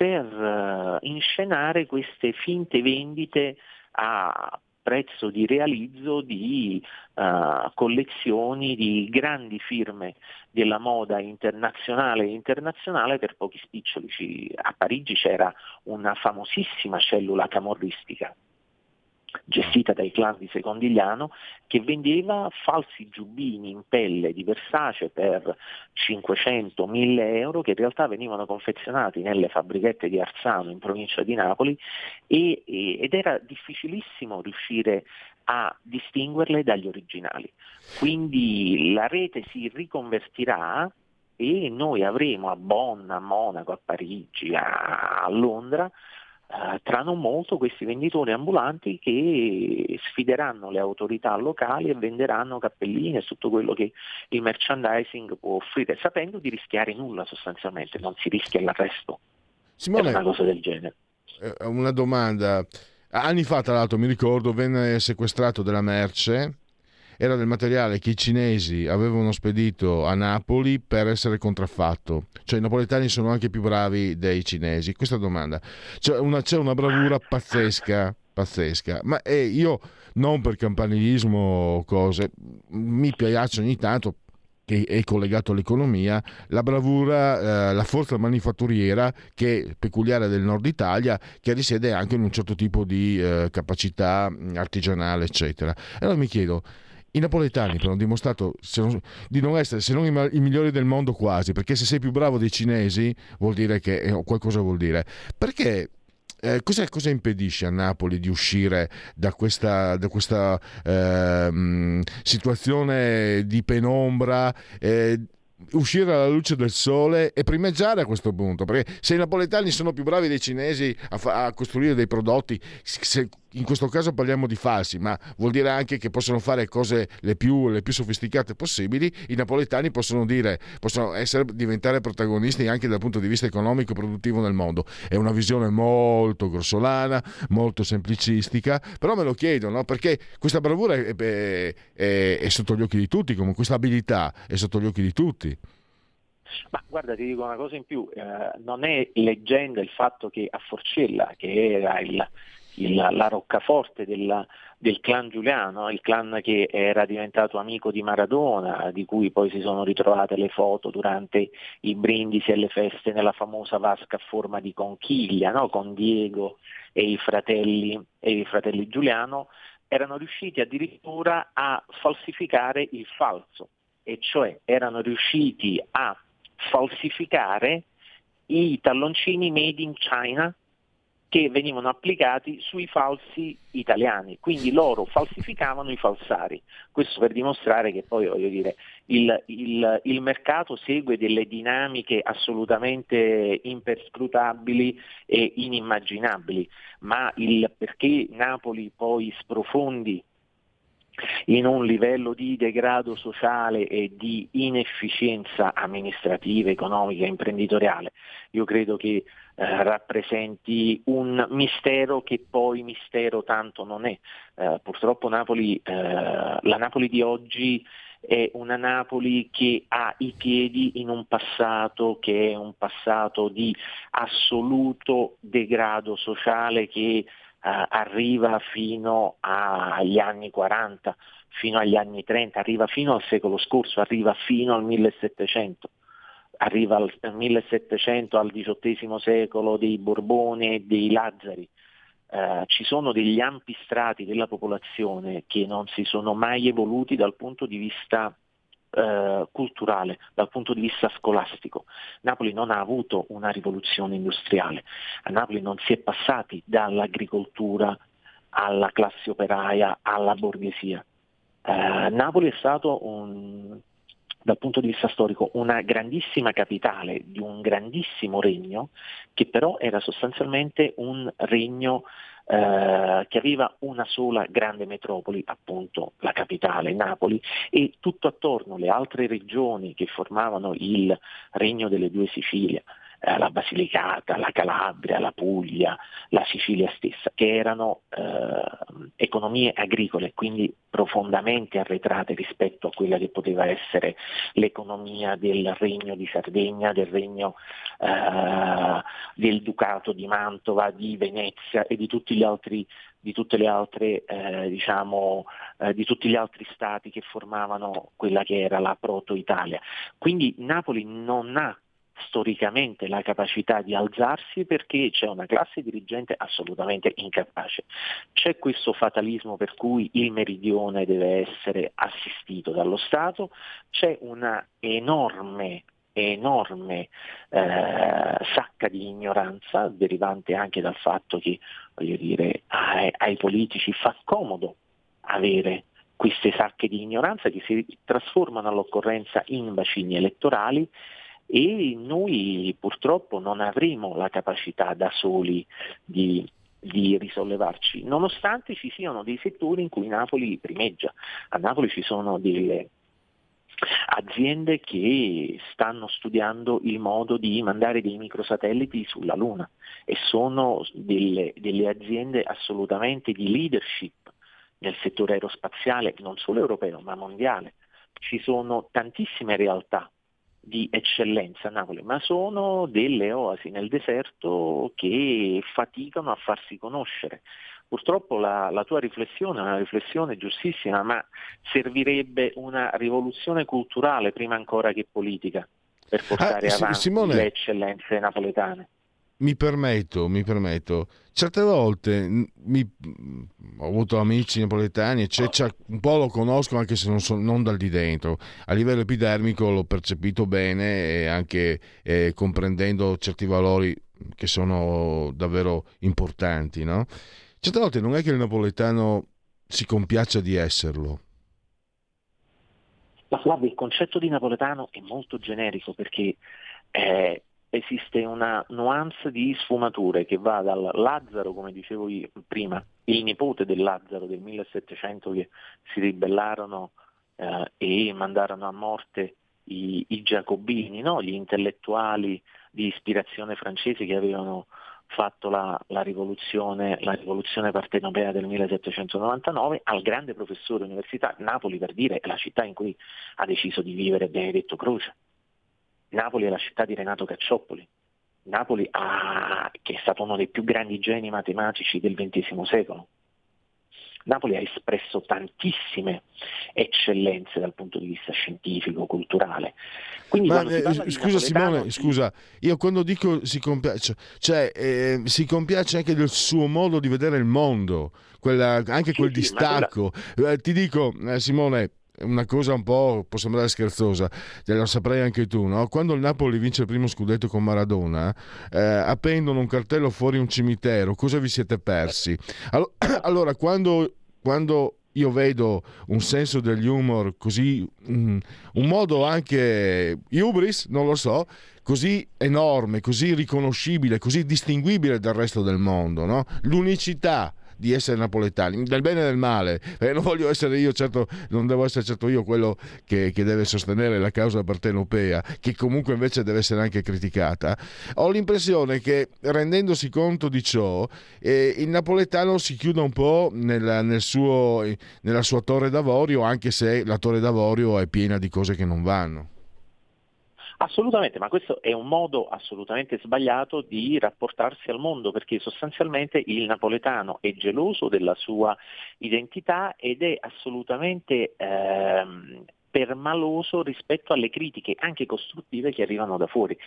per inscenare queste finte vendite a prezzo di realizzo di collezioni di grandi firme della moda internazionale e internazionale per pochi spiccioli. A Parigi c'era una famosissima cellula camorristica gestita dai clan di Secondigliano che vendeva falsi giubbini in pelle di Versace per 500-1000 euro, che in realtà venivano confezionati nelle fabbrichette di Arsano in provincia di Napoli ed era difficilissimo riuscire a distinguerle dagli originali. Quindi la rete si riconvertirà e noi avremo a Bonn, a Monaco, a Parigi, a Londra, tra non molto questi venditori ambulanti che sfideranno le autorità locali e venderanno cappelline e tutto quello che il merchandising può offrire, sapendo di rischiare nulla sostanzialmente, non si rischia l'arresto. Simone, per una cosa del genere. Una domanda. Anni fa, tra l'altro, mi ricordo, venne sequestrato della merce, era del materiale che i cinesi avevano spedito a Napoli per essere contraffatto, cioè i napoletani sono anche più bravi dei cinesi. Questa domanda, c'è una bravura pazzesca, ma io non per campanilismo o cose, mi piace ogni tanto, che è collegato all'economia, la bravura, la forza manifatturiera che è peculiare del nord Italia, che risiede anche in un certo tipo di capacità artigianale, eccetera. E allora mi chiedo, i napoletani però hanno dimostrato di non essere, se non i migliori del mondo quasi, perché se sei più bravo dei cinesi vuol dire che qualcosa vuol dire. Perché cosa impedisce a Napoli di uscire da questa situazione di penombra, uscire alla luce del sole e primeggiare a questo punto? Perché se i napoletani sono più bravi dei cinesi a costruire dei prodotti, in questo caso parliamo di falsi, ma vuol dire anche che possono fare cose le più sofisticate possibili, i napoletani possono diventare protagonisti anche dal punto di vista economico e produttivo nel mondo. È una visione molto grossolana, molto semplicistica, però me lo chiedo, no? Perché questa bravura è sotto gli occhi di tutti, come questa abilità è sotto gli occhi di tutti. Ma guarda, ti dico una cosa in più, non è leggenda il fatto che a Forcella, che era la roccaforte del clan Giuliano, il clan che era diventato amico di Maradona, di cui poi si sono ritrovate le foto durante i brindisi e le feste nella famosa vasca a forma di conchiglia, no? Con Diego e i fratelli Giuliano, erano riusciti addirittura a falsificare il falso, e cioè erano riusciti a falsificare i talloncini made in China che venivano applicati sui falsi italiani, quindi loro falsificavano i falsari. Questo per dimostrare che poi, voglio dire, il mercato segue delle dinamiche assolutamente imperscrutabili e inimmaginabili, ma perché Napoli poi sprofondi in un livello di degrado sociale e di inefficienza amministrativa, economica e imprenditoriale, io credo che rappresenti un mistero che poi mistero tanto non è. Purtroppo la Napoli di oggi è una Napoli che ha i piedi in un passato che è un passato di assoluto degrado sociale che arriva fino agli anni 40, fino agli anni 30, arriva fino al secolo scorso, arriva fino al 1700. Arriva al 1700, al XVIII secolo dei Borboni e dei Lazzari. Ci sono degli ampi strati della popolazione che non si sono mai evoluti dal punto di vista culturale, dal punto di vista scolastico. Napoli non ha avuto una rivoluzione industriale, a Napoli non si è passati dall'agricoltura alla classe operaia alla borghesia. Napoli è stato dal punto di vista storico una grandissima capitale di un grandissimo regno, che però era sostanzialmente un regno che aveva una sola grande metropoli, appunto la capitale, Napoli, e tutto attorno le altre regioni che formavano il regno delle due Sicilie, la Basilicata, la Calabria, la Puglia, la Sicilia stessa, che erano economie agricole, quindi profondamente arretrate rispetto a quella che poteva essere l'economia del Regno di Sardegna, del Regno del Ducato di Mantova, di Venezia e di tutti gli altri di tutte le altre di tutti gli altri stati che formavano quella che era la proto-Italia. Quindi Napoli non ha storicamente la capacità di alzarsi perché c'è una classe dirigente assolutamente incapace. C'è questo fatalismo per cui il meridione deve essere assistito dallo Stato, c'è una enorme sacca di ignoranza derivante anche dal fatto che, voglio dire, ai politici fa comodo avere queste sacche di ignoranza che si trasformano all'occorrenza in bacini elettorali e noi purtroppo non avremo la capacità da soli di risollevarci, nonostante ci siano dei settori in cui Napoli primeggia. A Napoli ci sono delle aziende che stanno studiando il modo di mandare dei microsatelliti sulla Luna e sono delle aziende assolutamente di leadership nel settore aerospaziale, non solo europeo ma mondiale. Ci sono tantissime realtà di eccellenza a Napoli, ma sono delle oasi nel deserto che faticano a farsi conoscere. Purtroppo la tua riflessione è una riflessione giustissima, ma servirebbe una rivoluzione culturale prima ancora che politica per portare avanti Simone, le eccellenze napoletane. Mi permetto, certe volte ho avuto amici napoletani, eccetera, un po' lo conosco anche se non dal di dentro, a livello epidermico l'ho percepito bene e anche comprendendo certi valori che sono davvero importanti, no? Certe volte non è che il napoletano si compiaccia di esserlo. Ma guarda, il concetto di napoletano è molto generico perché esiste una nuance di sfumature che va dal Lazzaro, come dicevo io prima, il nipote del Lazzaro del 1700 che si ribellarono e mandarono a morte i giacobini, no? Gli intellettuali di ispirazione francese che avevano fatto la rivoluzione partenopea del 1799, al grande professore università. Napoli, per dire, è la città in cui ha deciso di vivere Benedetto Croce. Napoli è la città di Renato Cacciopoli. Napoli che è stato uno dei più grandi geni matematici del XX secolo. Napoli ha espresso tantissime eccellenze dal punto di vista scientifico, culturale. Quindi scusa Simone, scusa, io quando dico si compiace, si compiace anche del suo modo di vedere il mondo, anche quel distacco. Ti dico, Simone, una cosa un po' può sembrare scherzosa, lo saprai anche tu, no? Quando il Napoli vince il primo scudetto con Maradona, appendono un cartello fuori un cimitero, cosa vi siete persi? Allora quando io vedo un senso degli humor così, un modo anche hubris, non lo so, così enorme, così riconoscibile, così distinguibile dal resto del mondo, no? L'unicità di essere napoletani, del bene e del male, non voglio essere io, certo, non devo essere certo io quello che deve sostenere la causa partenopea, che comunque invece deve essere anche criticata. Ho l'impressione che, rendendosi conto di ciò, il napoletano si chiuda un po' nella sua torre d'avorio, anche se la torre d'avorio è piena di cose che non vanno. Assolutamente, ma questo è un modo assolutamente sbagliato di rapportarsi al mondo, perché sostanzialmente il napoletano è geloso della sua identità ed è assolutamente permaloso rispetto alle critiche, anche costruttive, che arrivano da fuori.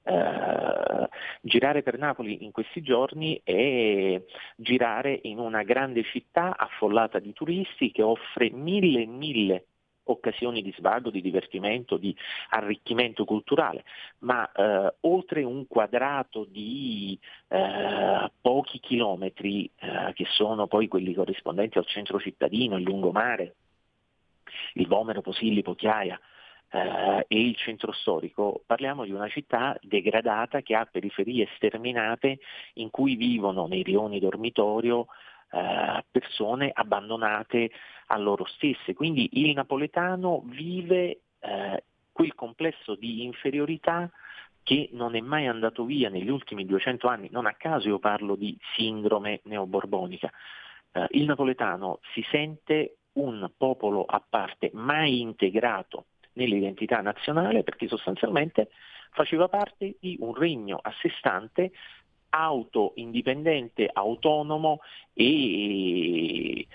Girare per Napoli in questi giorni è girare in una grande città affollata di turisti che offre mille occasioni di svago, di divertimento, di arricchimento culturale, ma oltre un quadrato di pochi chilometri, che sono poi quelli corrispondenti al centro cittadino, il lungomare, il Vomero, Posillipo, Chiaia e il centro storico, parliamo di una città degradata che ha periferie sterminate in cui vivono nei rioni dormitorio persone abbandonate a loro stesse. Quindi il napoletano vive quel complesso di inferiorità che non è mai andato via negli ultimi 200 anni. Non a caso io parlo di sindrome neoborbonica. Il napoletano si sente un popolo a parte, mai integrato nell'identità nazionale, perché sostanzialmente faceva parte di un regno a sé stante, indipendente, autonomo e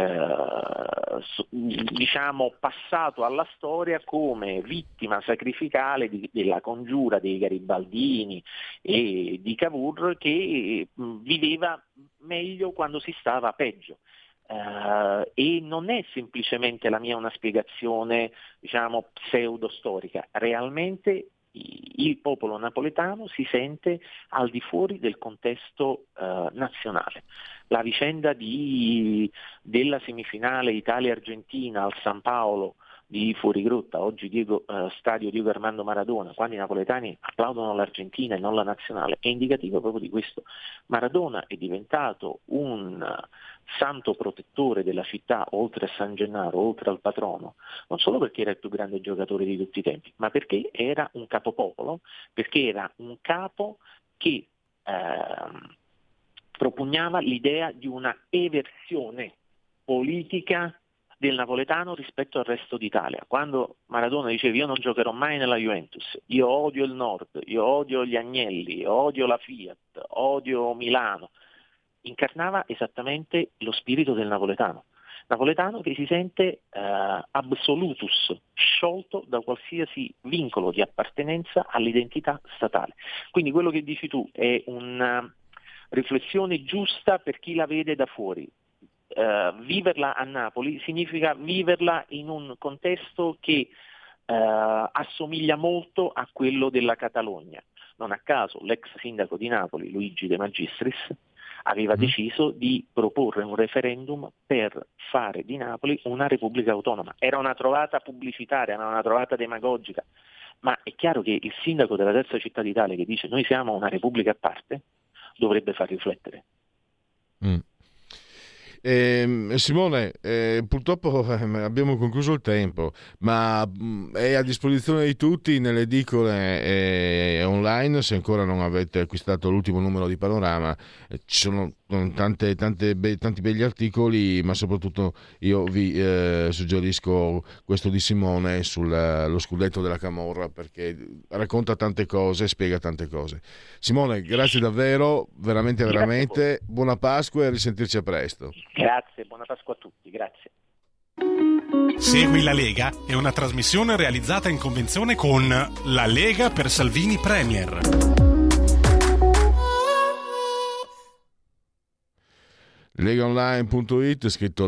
diciamo passato alla storia come vittima sacrificale della congiura dei Garibaldini e di Cavour, che viveva meglio quando si stava peggio. E non è semplicemente la mia una spiegazione, diciamo, pseudo-storica. Realmente il popolo napoletano si sente al di fuori del contesto nazionale. La vicenda della semifinale Italia-Argentina al San Paolo di fuorigrotta, oggi stadio Diego Armando Maradona, quando i napoletani applaudono l'Argentina e non la nazionale, è indicativo proprio di questo. Maradona è diventato un santo protettore della città, oltre a San Gennaro, oltre al patrono, non solo perché era il più grande giocatore di tutti i tempi, ma perché era un capopopolo, perché era un capo che propugnava l'idea di una eversione politica del napoletano rispetto al resto d'Italia. Quando Maradona diceva io non giocherò mai nella Juventus, io odio il Nord, io odio gli Agnelli, odio la Fiat, odio Milano, incarnava esattamente lo spirito del napoletano che si sente absolutus, sciolto da qualsiasi vincolo di appartenenza all'identità statale. Quindi quello che dici tu è una riflessione giusta per chi la vede da fuori. Viverla a Napoli significa viverla in un contesto che assomiglia molto a quello della Catalogna. Non a caso l'ex sindaco di Napoli, Luigi De Magistris, aveva deciso di proporre un referendum per fare di Napoli una repubblica autonoma. Era una trovata pubblicitaria, era una trovata demagogica, ma è chiaro che il sindaco della terza città d'Italia che dice noi siamo una repubblica a parte dovrebbe far riflettere. Simone, purtroppo abbiamo concluso il tempo, ma è a disposizione di tutti nelle edicole e online. Se ancora non avete acquistato l'ultimo numero di Panorama, ci sono tanti begli articoli, ma soprattutto io vi suggerisco questo di Simone sullo scudetto della Camorra, perché racconta tante cose, spiega tante cose. Simone, grazie davvero, veramente, buona Pasqua e a risentirci a presto. Grazie, buona Pasqua a tutti, grazie. Segui la Lega è una trasmissione realizzata in convenzione con La Lega per Salvini Premier. Legaonline.it, scritto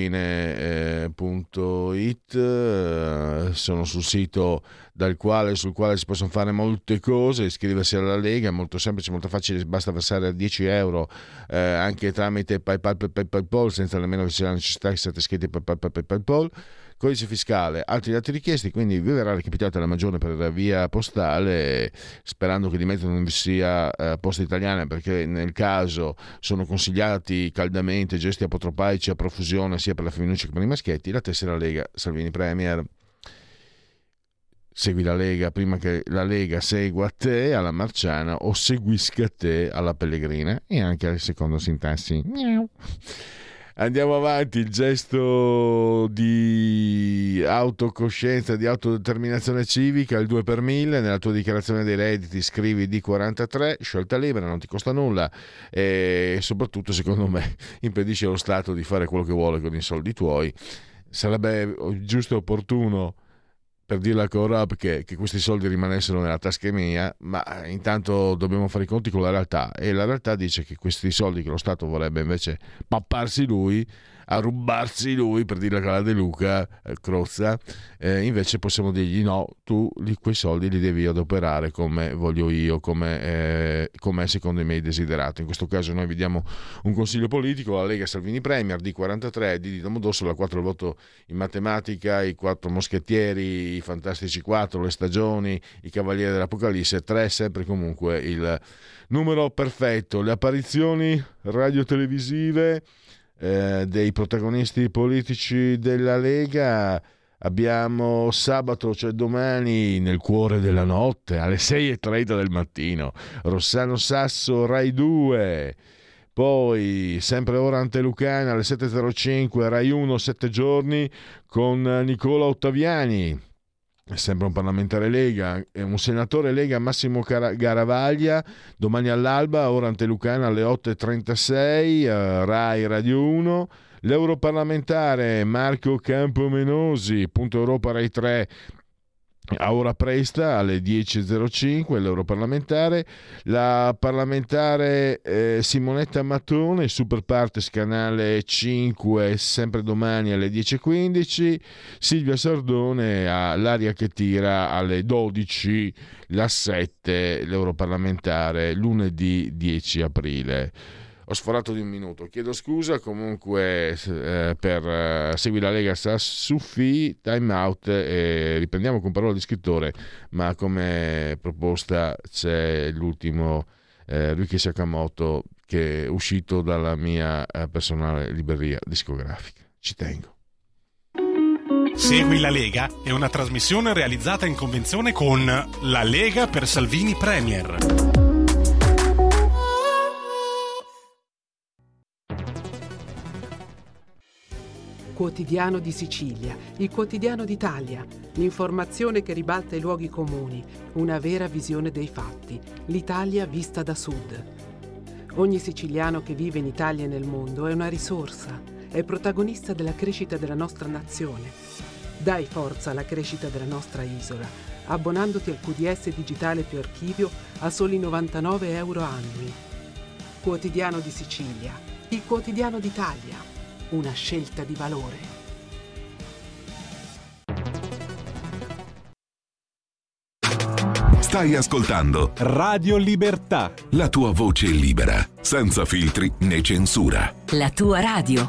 legaonline.it, sono sul sito sul quale si possono fare molte cose. Iscriversi alla Lega è molto semplice, molto facile, basta versare €10 anche tramite PayPal, senza nemmeno che ci sia la necessità che siate iscritti a PayPal. Codice fiscale, altri dati richiesti, quindi vi verrà recapitata la maggiore per via postale, sperando che di mezzo non vi sia Posta Italiana, perché nel caso sono consigliati caldamente gesti apotropaici a profusione sia per la femminuccia che per i maschietti. La tessera Lega Salvini Premier. Segui la Lega prima che la Lega segua te alla Marciana o seguisca te alla Pellegrina, e anche al secondo sintassi. Miau. Andiamo avanti, il gesto di autocoscienza, di autodeterminazione civica, il 2 per 1000, nella tua dichiarazione dei redditi scrivi D43, scelta libera, non ti costa nulla e soprattutto secondo me impedisce allo Stato di fare quello che vuole con i soldi tuoi. Sarebbe giusto e opportuno, per dirla a Corab, che questi soldi rimanessero nella tasca mia, ma intanto dobbiamo fare i conti con la realtà, e la realtà dice che questi soldi che lo Stato vorrebbe invece papparsi lui, a rubarsi lui, per dirla con la De Luca, Crozza, invece possiamo dirgli no, tu quei soldi li devi adoperare come voglio io, come secondo i miei desiderati. In questo caso noi vi diamo un consiglio politico: la Lega Salvini Premier, D43, di Domodossola, 4 il voto in matematica, i 4 moschettieri, i fantastici 4, le stagioni, i cavalieri dell'Apocalisse, 3 sempre comunque il numero perfetto. Le apparizioni radio-televisive dei protagonisti politici della Lega abbiamo sabato, cioè domani, Nel cuore della notte alle 6:30 del mattino, Rossano Sasso, Rai 2. Poi sempre ora Antelucana alle 7:05, Rai 1, 7 giorni con Nicola Ottaviani, sempre un parlamentare Lega, un senatore Lega, Massimo Garavaglia, domani all'alba, ora Antelucana alle 8:36, Rai Radio 1. L'europarlamentare Marco Campomenosi, Punto Europa Rai 3, a ora presta alle 10:05, l'europarlamentare. La parlamentare Simonetta Mattone, Super Partes, canale 5, sempre domani alle 10:15. Silvia Sardone a L'aria che tira alle 12, la 7, l'europarlamentare, lunedì 10 aprile. Ho sforato di un minuto, chiedo scusa. Comunque per Segui la Lega sta su time out e riprendiamo con Parola di scrittore, ma come proposta c'è l'ultimo Ryuichi Sakamoto, che è uscito dalla mia personale libreria discografica. Ci tengo. Segui la Lega è una trasmissione realizzata in convenzione con La Lega per Salvini Premier. Quotidiano di Sicilia, il quotidiano d'Italia, l'informazione che ribalta i luoghi comuni, una vera visione dei fatti, l'Italia vista da sud. Ogni siciliano che vive in Italia e nel mondo è una risorsa, è protagonista della crescita della nostra nazione. Dai forza alla crescita della nostra isola, abbonandoti al QDS digitale più archivio a soli 99 euro annui. Quotidiano di Sicilia, il quotidiano d'Italia. Una scelta di valore. Stai ascoltando Radio Libertà. La tua voce libera, senza filtri né censura. La tua radio.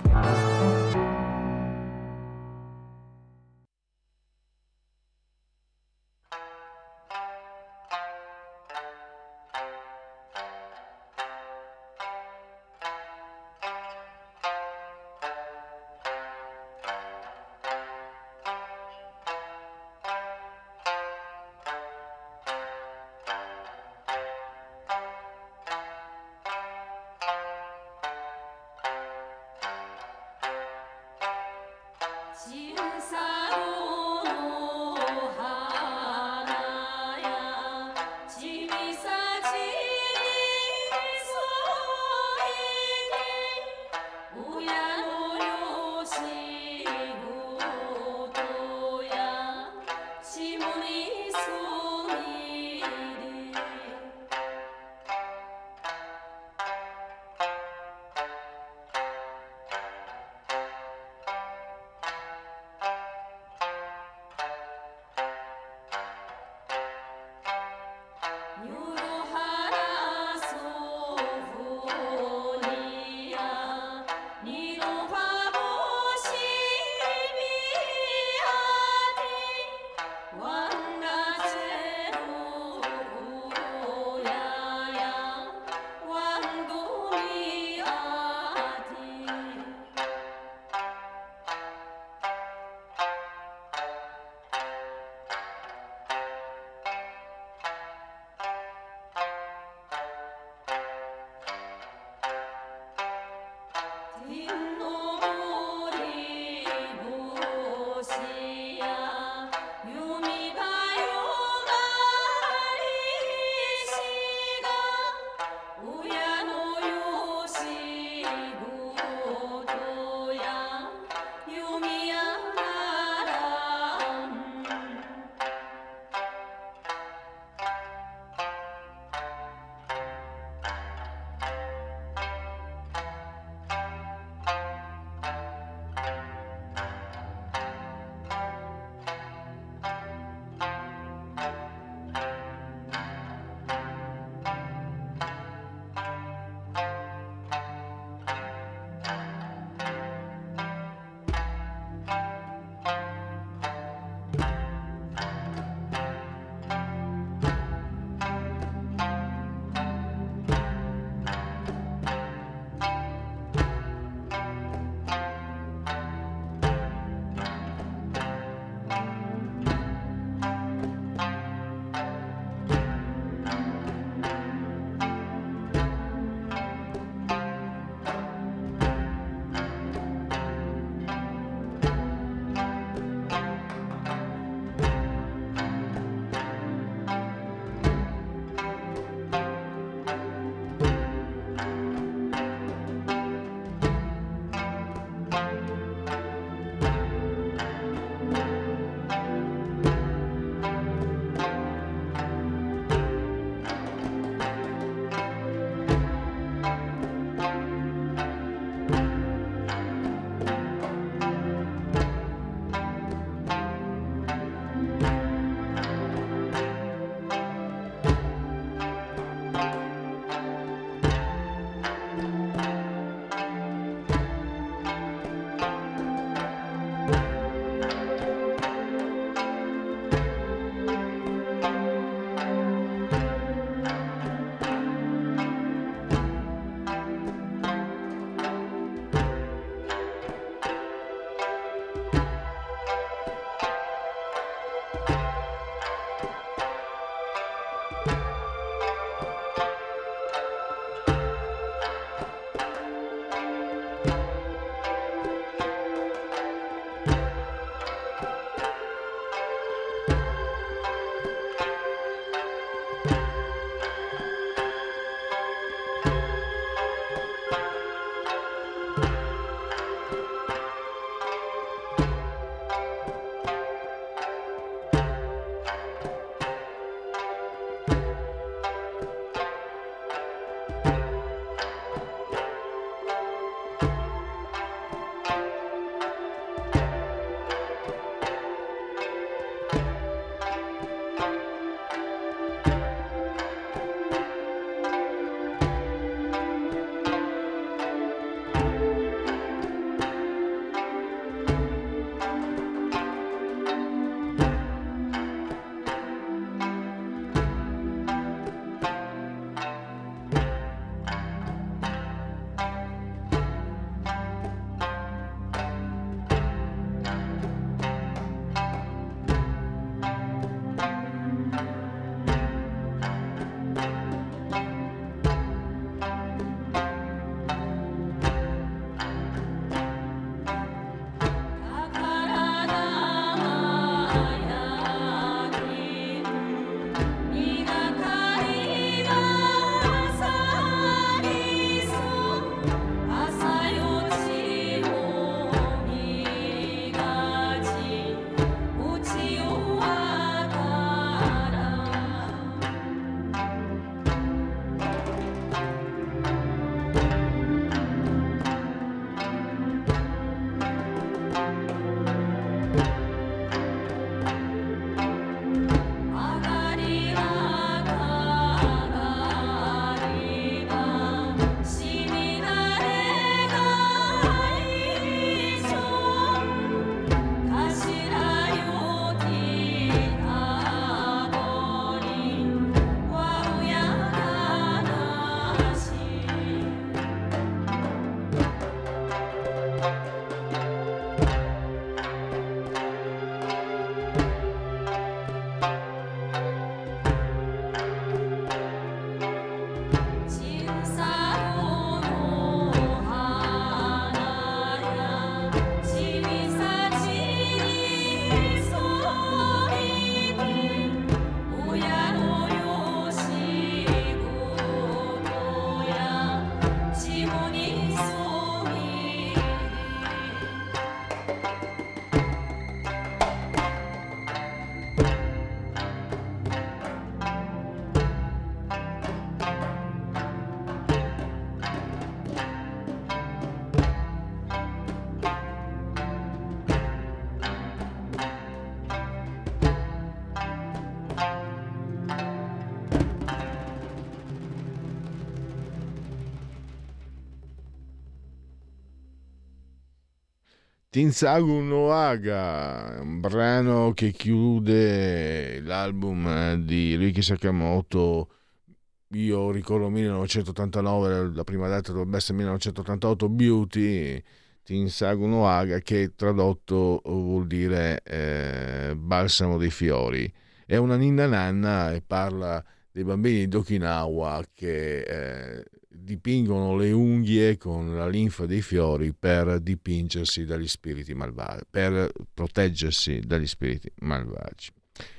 Tinsagu no Aga, un brano che chiude l'album di Ryuichi Sakamoto. Io ricordo 1989, la prima data dovrebbe essere 1988, Beauty, Tinsagu no Aga, che tradotto vuol dire balsamo dei fiori. È una ninna nanna e parla dei bambini di Okinawa che dipingono le unghie con la linfa dei fiori per dipingersi dagli spiriti malvagi, per proteggersi dagli spiriti malvagi.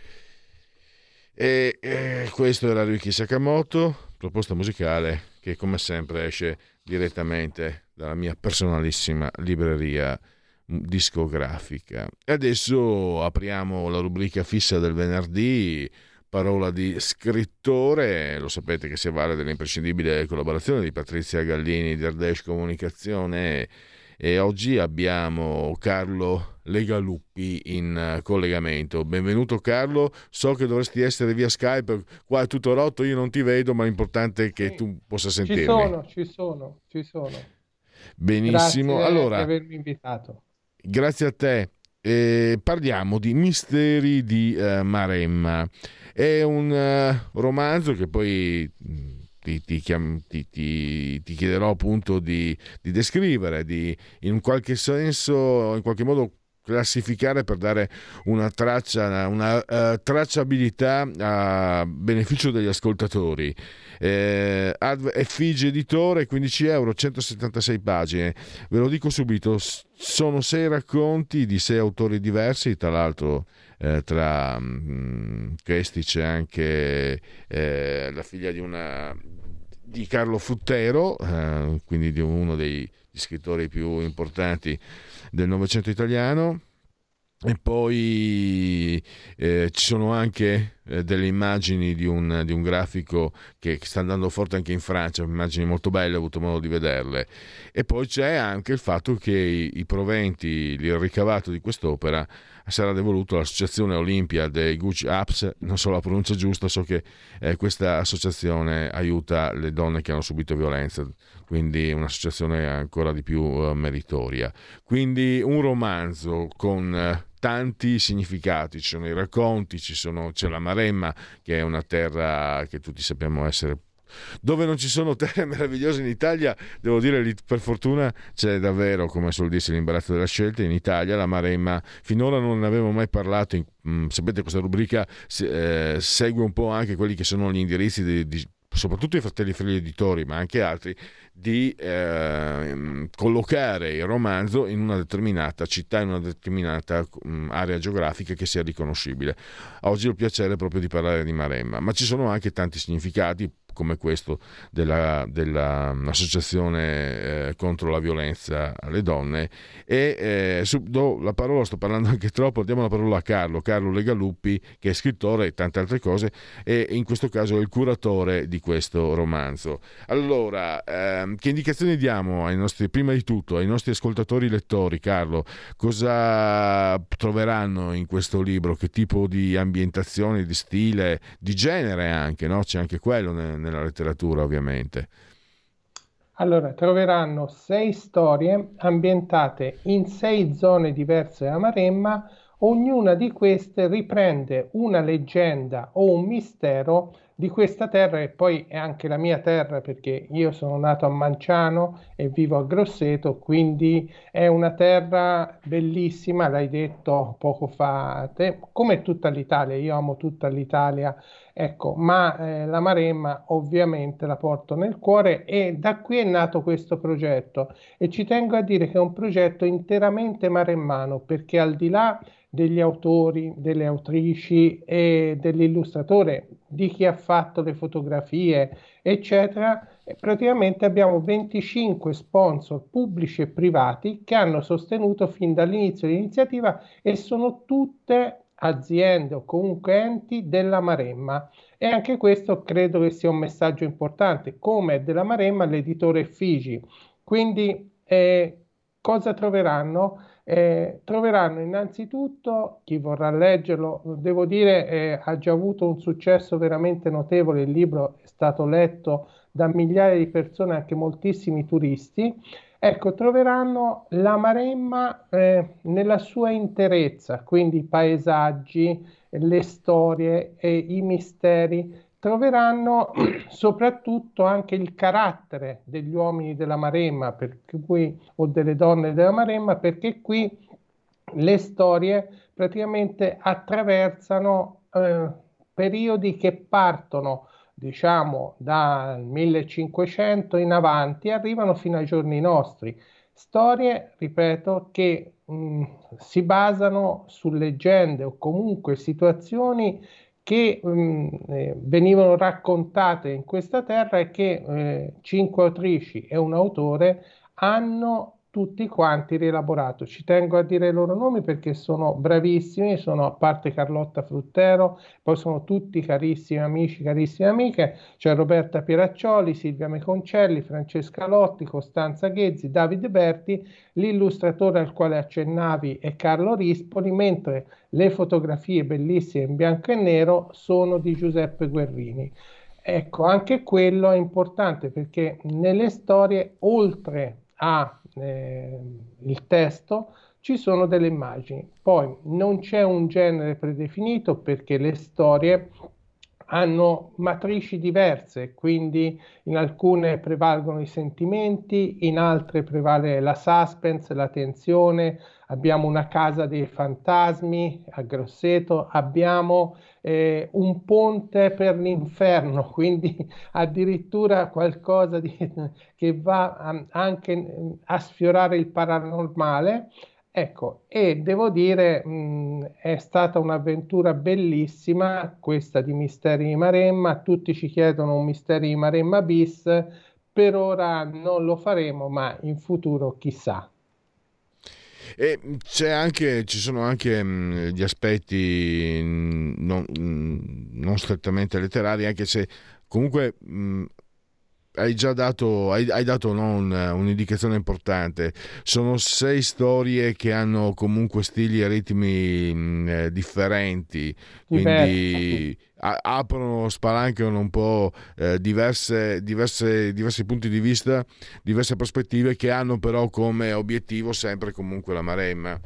E questo era Ryuichi Sakamoto, proposta musicale che come sempre esce direttamente dalla mia personalissima libreria discografica. E adesso apriamo la rubrica fissa del venerdì, parola di scrittore. Lo sapete che si avvale dell'imprescindibile collaborazione di Patrizia Gallini di Ardèche Comunicazione, e oggi abbiamo Carlo Legaluppi in collegamento. Benvenuto Carlo, so che dovresti essere via Skype, qua è tutto rotto, io non ti vedo, ma l'importante è che tu possa sentirmi. Ci sono. Benissimo. Grazie allora, di avermi invitato. Grazie a te. Parliamo di Misteri di Maremma. È un romanzo che poi ti chiederò appunto di descrivere, di in un qualche senso, in qualche modo classificare per dare una tracciabilità a beneficio degli ascoltatori. Effigie Editore, 15 euro, 176 pagine. Ve lo dico subito, sono 6 racconti di 6 autori diversi, tra l'altro tra questi c'è anche la figlia di Carlo Fruttero, quindi di uno degli scrittori più importanti del Novecento italiano. E poi ci sono anche delle immagini di un grafico che sta andando forte anche in Francia, immagini molto belle, ho avuto modo di vederle. E poi c'è anche il fatto che i proventi, il ricavato di quest'opera sarà devoluto all'associazione Olimpia dei Gucci Apps, non so la pronuncia giusta, so che questa associazione aiuta le donne che hanno subito violenza, quindi un'associazione ancora di più meritoria. Quindi un romanzo con tanti significati, ci sono i racconti, c'è la Maremma, che è una terra che tutti sappiamo essere, dove non ci sono terre meravigliose in Italia, devo dire per fortuna c'è davvero, come suol dirsi, l'imbarazzo della scelta in Italia. La Maremma finora non ne avevo mai parlato, sapete questa rubrica segue un po' anche quelli che sono gli indirizzi soprattutto i Fratelli Frelli Editori, ma anche altri, di collocare il romanzo in una determinata città, in una determinata area geografica che sia riconoscibile. Oggi ho il piacere proprio di parlare di Maremma, ma ci sono anche tanti significati, come questo dell'associazione contro la violenza alle donne. E do la parola, sto parlando anche troppo, diamo la parola a Carlo Legaluppi, che è scrittore e tante altre cose, e in questo caso è il curatore di questo romanzo. Allora, che indicazioni diamo prima di tutto ai nostri ascoltatori lettori? Carlo, cosa troveranno in questo libro? Che tipo di ambientazione, di stile, di genere anche, no? C'è anche quello nella letteratura, ovviamente. Allora, troveranno 6 storie ambientate in 6 zone diverse a Maremma. Ognuna di queste riprende una leggenda o un mistero di questa terra, e poi è anche la mia terra, perché io sono nato a Manciano e vivo a Grosseto, quindi è una terra bellissima, l'hai detto poco fa te, come tutta l'Italia. Io amo tutta l'Italia, ecco, ma la Maremma ovviamente la porto nel cuore, e da qui è nato questo progetto, e ci tengo a dire che è un progetto interamente maremmano, perché al di là degli autori, delle autrici e dell'illustratore, di chi ha fatto le fotografie, eccetera, praticamente abbiamo 25 sponsor pubblici e privati che hanno sostenuto fin dall'inizio l'iniziativa, e sono tutte aziende o comunque enti della Maremma. E anche questo credo che sia un messaggio importante, come è della Maremma l'editore Figi. Quindi cosa troveranno? Troveranno innanzitutto, chi vorrà leggerlo, devo dire, ha già avuto un successo veramente notevole, il libro è stato letto da migliaia di persone, anche moltissimi turisti. Ecco, troveranno la Maremma nella sua interezza, quindi i paesaggi, le storie e i misteri. Troveranno soprattutto anche il carattere degli uomini della Maremma, o delle donne della Maremma, perché qui le storie praticamente attraversano periodi che partono, diciamo, dal 1500 in avanti, arrivano fino ai giorni nostri. Storie, ripeto, che si basano su leggende o comunque situazioni che venivano raccontate in questa terra e che 5 autrici e un autore hanno tutti quanti rielaborato. Ci tengo a dire i loro nomi perché sono bravissimi, sono, a parte Carlotta Fruttero, poi sono tutti carissimi amici, carissime amiche, c'è Roberta Pieraccioli, Silvia Meconcelli, Francesca Lotti, Costanza Ghezzi, Davide Berti, l'illustratore al quale accennavi è Carlo Rispoli, mentre le fotografie bellissime in bianco e nero sono di Giuseppe Guerrini. Ecco, anche quello è importante perché nelle storie, oltre a il testo, ci sono delle immagini. Poi non c'è un genere predefinito perché le storie hanno matrici diverse, quindi in alcune prevalgono i sentimenti, in altre prevale la suspense, la tensione. Abbiamo una casa dei fantasmi a Grosseto, abbiamo un ponte per l'inferno, quindi addirittura qualcosa che va anche a sfiorare il paranormale. Ecco, e devo dire, è stata un'avventura bellissima questa di Misteri di Maremma. Tutti ci chiedono un Misteri di Maremma bis, per ora non lo faremo, ma in futuro chissà. E ci sono anche gli aspetti non strettamente letterari, anche se comunque hai dato un'indicazione importante. Sono 6 storie che hanno comunque stili e ritmi differenti, quindi aprono, spalancano un po' diversi punti di vista, diverse prospettive, che hanno però come obiettivo sempre comunque la Maremma.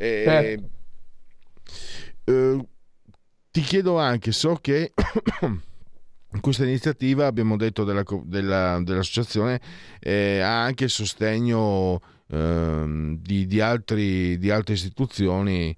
Ti chiedo anche, so che in questa iniziativa, abbiamo detto dell'associazione, ha anche il sostegno di altre istituzioni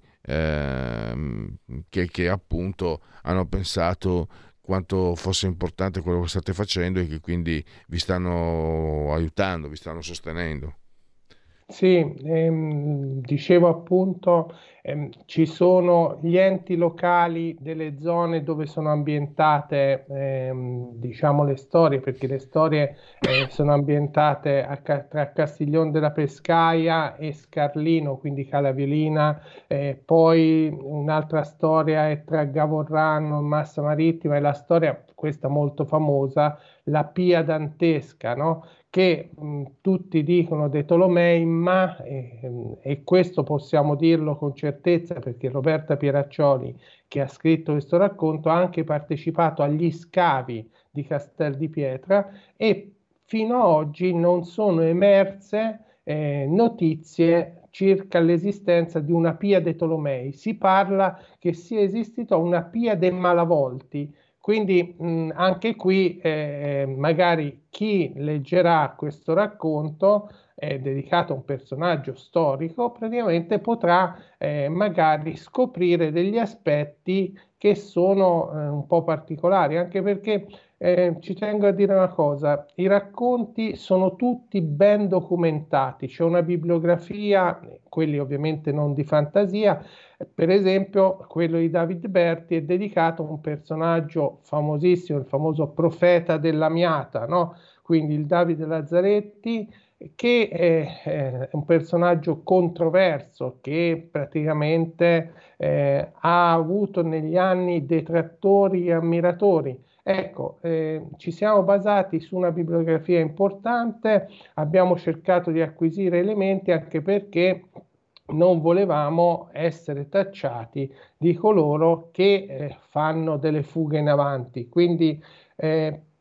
che appunto hanno pensato quanto fosse importante quello che state facendo e che quindi vi stanno aiutando, vi stanno sostenendo. Sì, dicevo appunto, ci sono gli enti locali delle zone dove sono ambientate, diciamo, le storie, perché le storie sono ambientate tra Castiglione della Pescaia e Scarlino, quindi Cala Violina, poi un'altra storia è tra Gavorrano e Massa Marittima, e la storia, questa molto famosa, la Pia Dantesca, no? Che tutti dicono dei Tolomei, ma e questo possiamo dirlo con certezza perché Roberta Pieraccioli, che ha scritto questo racconto, ha anche partecipato agli scavi di Castel di Pietra, e fino ad oggi non sono emerse notizie circa l'esistenza di una Pia dei Tolomei. Si parla che sia esistita una Pia dei Malavolti. Quindi anche qui magari chi leggerà questo racconto dedicato a un personaggio storico praticamente potrà magari scoprire degli aspetti che sono un po' particolari, anche perché ci tengo a dire una cosa: i racconti sono tutti ben documentati, c'è una bibliografia, quelli ovviamente non di fantasia. Per esempio, quello di David Berti è dedicato a un personaggio famosissimo, il famoso profeta dell'Amiata, no? Quindi il Davide Lazzaretti, che è un personaggio controverso, che praticamente ha avuto negli anni detrattori e ammiratori. Ecco, ci siamo basati su una bibliografia importante, abbiamo cercato di acquisire elementi anche perché non volevamo essere tacciati di coloro che fanno delle fughe in avanti. Quindi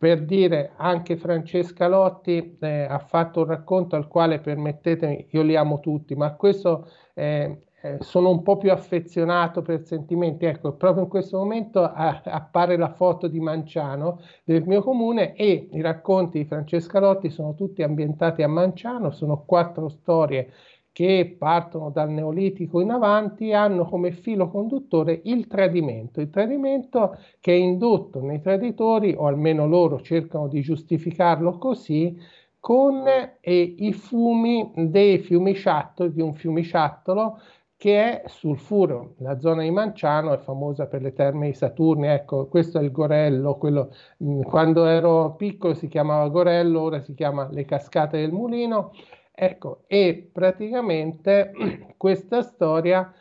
Per dire, anche Francesca Lotti ha fatto un racconto al quale, permettetemi, io li amo tutti, ma questo sono un po' più affezionato per sentimenti. Ecco, proprio in questo momento appare la foto di Manciano, del mio comune, e i racconti di Francesca Lotti sono tutti ambientati a Manciano, sono 4 storie che partono dal Neolitico in avanti e hanno come filo conduttore il tradimento che è indotto nei traditori, o almeno loro cercano di giustificarlo così, con i fumi dei fiumiciattoli, di un fiumiciattolo che è Sulfuro. La zona di Manciano è famosa per le terme di Saturni. Ecco, questo è il Gorello, quello, quando ero piccolo si chiamava Gorello, ora si chiama le Cascate del Mulino. Ecco, e praticamente questa storia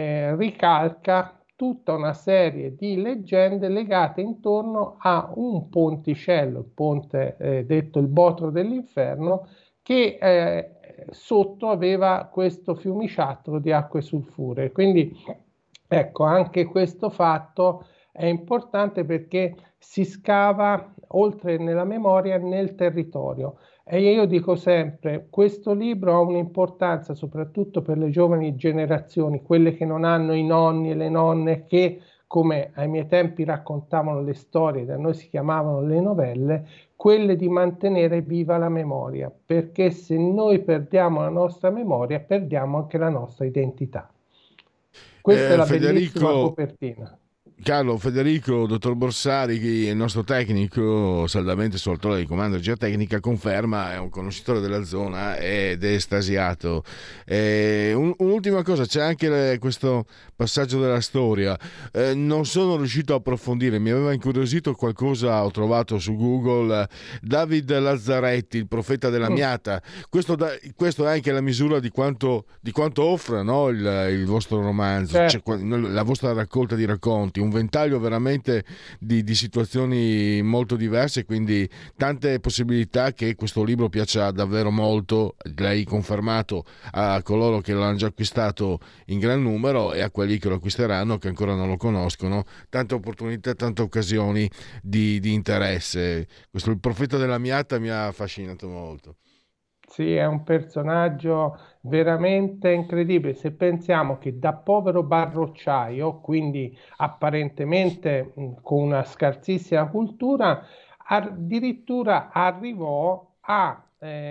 ricalca tutta una serie di leggende legate intorno a un ponticello, il ponte detto il Botro dell'Inferno, che sotto aveva questo fiumiciattolo di acque sulfuree. Quindi ecco, anche questo fatto è importante perché si scava oltre nella memoria nel territorio. E io dico sempre, questo libro ha un'importanza soprattutto per le giovani generazioni, quelle che non hanno i nonni e le nonne che, come ai miei tempi raccontavano le storie, da noi si chiamavano le novelle, quelle di mantenere viva la memoria, perché se noi perdiamo la nostra memoria, perdiamo anche la nostra identità. Questa è la bellissima copertina. Carlo, Federico, dottor Borsari, il nostro tecnico, saldamente sul altore di comando di geotecnica, conferma, è un conoscitore della zona ed è estasiato. Un'ultima cosa, c'è anche questo passaggio della storia. Non sono riuscito a approfondire, mi aveva incuriosito qualcosa, ho trovato su Google, David Lazzaretti, il profeta della Miata. Questo è anche la misura di quanto offre, no? il vostro romanzo, certo. Cioè, la vostra raccolta di racconti, un ventaglio veramente di situazioni molto diverse, quindi tante possibilità che questo libro piaccia davvero molto. L'hai confermato a coloro che l'hanno già acquistato in gran numero e a quelli che lo acquisteranno che ancora non lo conoscono, tante opportunità, tante occasioni di interesse. Questo, il profeta della Miata, mi ha affascinato molto. Sì, è un personaggio veramente incredibile. Se pensiamo che da povero barrocciaio, quindi apparentemente con una scarsissima cultura, addirittura arrivò a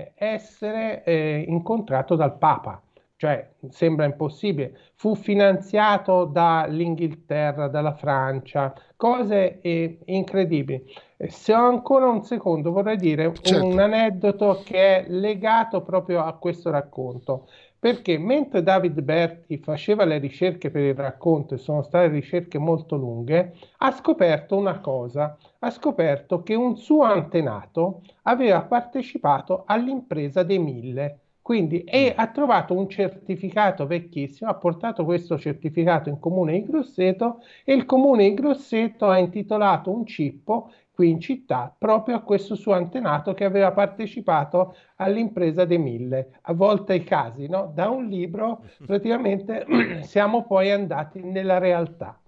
essere incontrato dal Papa. Cioè, sembra impossibile. Fu finanziato dall'Inghilterra, dalla Francia, cose incredibili. Se ho ancora un secondo, vorrei dire un aneddoto che è legato proprio a questo racconto. Perché mentre David Berti faceva le ricerche per il racconto, e sono state ricerche molto lunghe, ha scoperto una cosa. Ha scoperto che un suo antenato aveva partecipato all'impresa dei 1000. Quindi ha trovato un certificato vecchissimo, ha portato questo certificato in Comune di Grosseto e il Comune di Grosseto ha intitolato un cippo qui in città proprio a questo suo antenato che aveva partecipato all'impresa dei 1000. A volte i casi, no? Da un libro praticamente siamo poi andati nella realtà.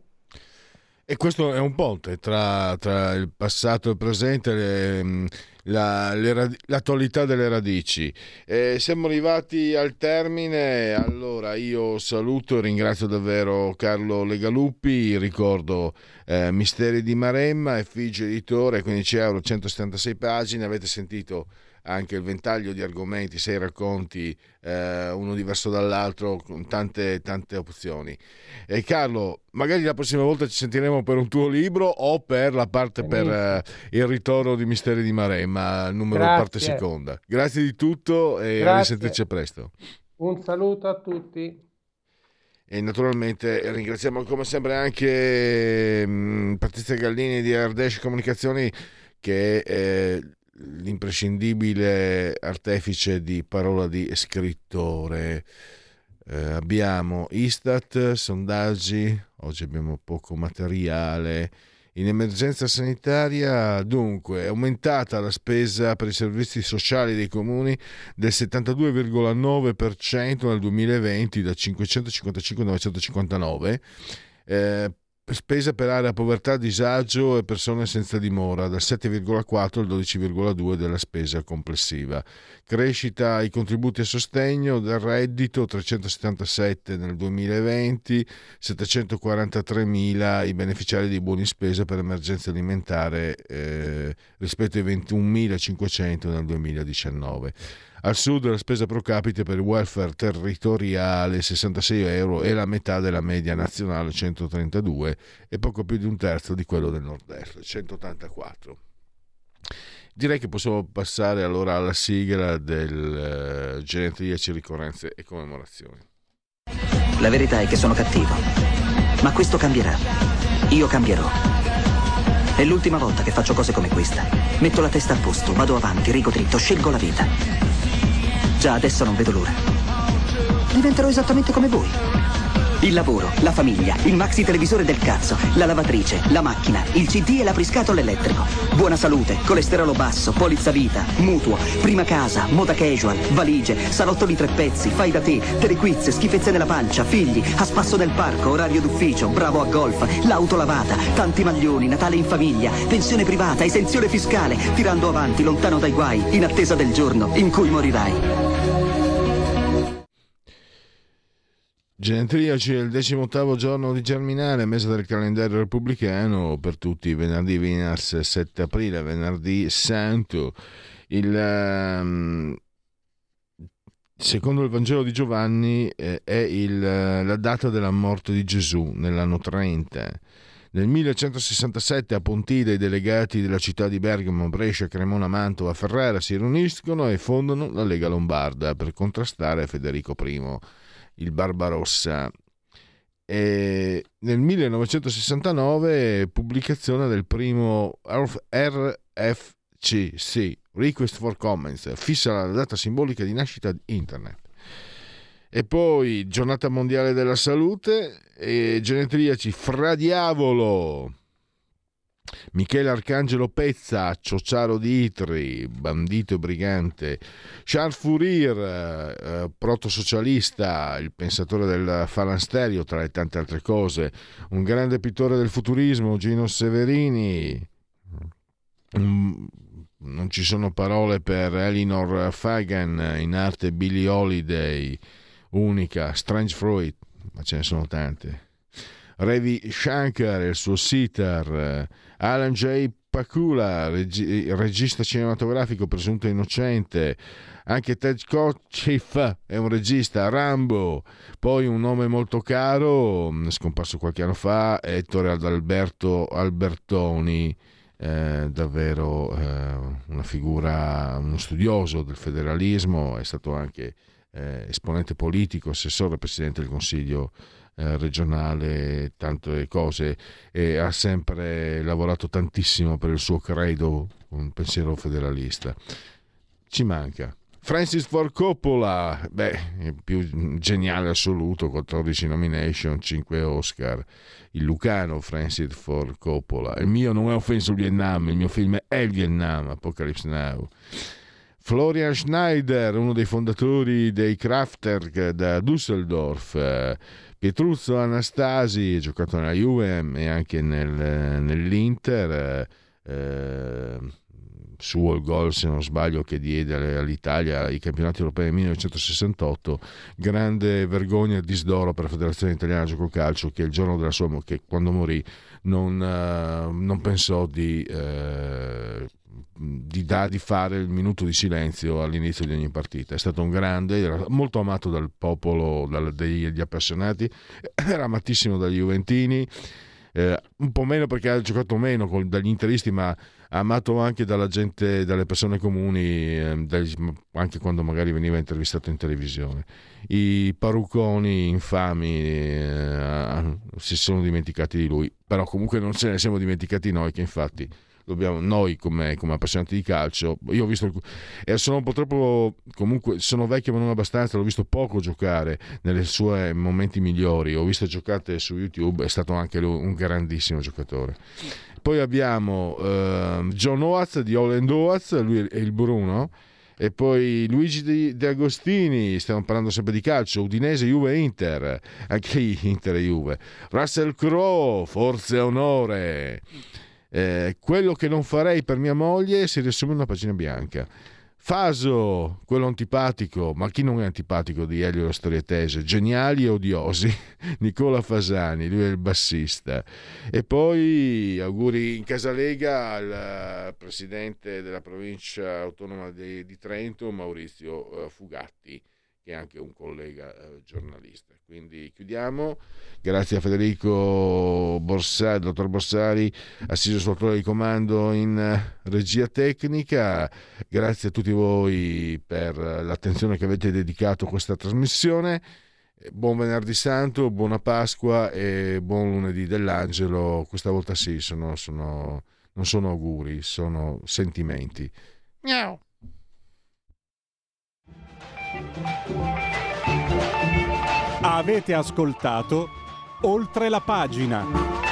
E questo è un ponte tra il passato e il presente, l'attualità delle radici. Siamo arrivati al termine, allora io saluto e ringrazio davvero Carlo Legaluppi, ricordo Misteri di Maremma, Effigie Editore, 15 euro, 176 pagine, avete sentito anche il ventaglio di argomenti, 6 racconti, uno diverso dall'altro, con tante opzioni. E Carlo, magari la prossima volta ci sentiremo per un tuo libro o per la parte per il ritorno di Misteri di Maremma, numero parte seconda. Grazie di tutto e a risentirci presto. Un saluto a tutti. E naturalmente ringraziamo come sempre anche Patrizia Gallini di Ardèche Comunicazioni, che è l'imprescindibile artefice di parola di scrittore. Abbiamo Istat, sondaggi, oggi abbiamo poco materiale. In emergenza sanitaria, dunque, è aumentata la spesa per i servizi sociali dei comuni del 72,9% nel 2020, da 555 a 959. spesa per area povertà, disagio e persone senza dimora, dal 7,4 al 12,2 della spesa complessiva. Crescita i contributi a sostegno del reddito, 377 nel 2020, 743.000 i beneficiari di buoni spesa per emergenza alimentare rispetto ai 21.500 nel 2019. Al sud la spesa pro capite per il welfare territoriale 66 euro e la metà della media nazionale 132 e poco più di un terzo di quello del nord-est 184. Direi che possiamo passare allora alla sigla del genetriaci, ricorrenze e commemorazioni. La verità è che sono cattivo, ma questo cambierà. Io cambierò. È l'ultima volta che faccio cose come questa. Metto la testa a posto, vado avanti, rigo dritto, scelgo la vita. Già adesso non vedo l'ora. Diventerò esattamente come voi. Il lavoro, la famiglia, il maxi televisore del cazzo, la lavatrice, la macchina, il CD e l'apriscatole elettrico. Buona salute, colesterolo basso, polizza vita, mutuo, prima casa, moda casual, valigie, salottoli 3 pezzi, fai da te, telequiz, schifezze nella pancia, figli, a spasso del parco, orario d'ufficio, bravo a golf, l'auto lavata, tanti maglioni, Natale in famiglia, pensione privata, esenzione fiscale, tirando avanti, lontano dai guai, in attesa del giorno in cui morirai. Genetriaci è il 18° giorno di Germinale, mese del calendario repubblicano, per tutti venerdì Veners 7 aprile, venerdì santo. Secondo il Vangelo di Giovanni è la data della morte di Gesù, nell'anno 30. Nel 1167 a Pontida i delegati della città di Bergamo, Brescia, Cremona, Mantova, Ferrara si riuniscono e fondano la Lega Lombarda per contrastare Federico I, il Barbarossa. E nel 1969 pubblicazione del primo RFCC, Request for Comments, fissa la data simbolica di nascita di Internet. E poi giornata mondiale della salute e genetriaci: Fra Diavolo, Michele Arcangelo Pezza, Ciociaro di Itri, bandito e brigante, Charles Fourier, protosocialista, il pensatore del falansterio, tra le tante altre cose, un grande pittore del futurismo, Gino Severini. Non ci sono parole per Elinor Fagan, in arte Billie Holiday, unica, Strange Fruit, ma ce ne sono tante. Ravi Shankar e il suo sitar, Alan J. Pakula, regista cinematografico presunto innocente, anche Ted Kotcheff è un regista, Rambo. Poi un nome molto caro, scomparso qualche anno fa, Ettore Adalberto Albertoni, davvero una figura, uno studioso del federalismo, è stato anche esponente politico, assessore, presidente del Consiglio regionale, tante cose, e ha sempre lavorato tantissimo per il suo credo, un pensiero federalista. Ci manca Francis Ford Coppola, il più geniale assoluto, 14 nomination, 5 Oscar, il lucano Francis Ford Coppola. Il mio non è offenso il Vietnam, il mio film è il Vietnam, Apocalypse Now. Florian Schneider, uno dei fondatori dei Kraftwerk da Düsseldorf. Pietruzzo Anastasi, giocato nella Juve e anche nell'Inter, suo il gol, se non sbaglio, che diede all'Italia i campionati europei nel 1968. Grande vergogna e disdoro per la Federazione Italiana Gioco Calcio, che il giorno della sua che quando morì non pensò di fare il minuto di silenzio all'inizio di ogni partita. È stato un grande, era molto amato dal popolo, degli appassionati, era amatissimo dagli juventini, un po' meno perché ha giocato meno dagli interisti, ma amato anche dalla gente, dalle persone comuni, anche quando magari veniva intervistato in televisione. I parrucconi infami si sono dimenticati di lui, però comunque non ce ne siamo dimenticati noi, che infatti noi come appassionati di calcio, io ho visto sono un po' troppo, comunque sono vecchio ma non abbastanza, l'ho visto poco giocare nelle sue momenti migliori, ho visto giocate su YouTube, è stato anche lui un grandissimo giocatore. Poi abbiamo John Oates di Holland Oates, lui è il Bruno, E poi Luigi De Agostini, stiamo parlando sempre di calcio, Udinese, Juve, Inter, anche Inter e Juve. Russell Crowe, forza e onore. Quello che non farei per mia moglie si riassume in una pagina bianca. Faso, quello antipatico, ma chi non è antipatico di Elio Storietese? Geniali e odiosi. Nicola Fasani, lui è il bassista. E poi auguri in Casalega al presidente della provincia autonoma di Trento, Maurizio Fugatti, che è anche un collega giornalista. Quindi chiudiamo. Grazie a Federico Borsari, dottor Borsari, assiso sul autore di comando in regia tecnica. Grazie a tutti voi per l'attenzione che avete dedicato a questa trasmissione. Buon Venerdì Santo, buona Pasqua e buon lunedì dell'Angelo. Questa volta sì, non sono auguri, sono sentimenti. Miau. Avete ascoltato Oltre la pagina.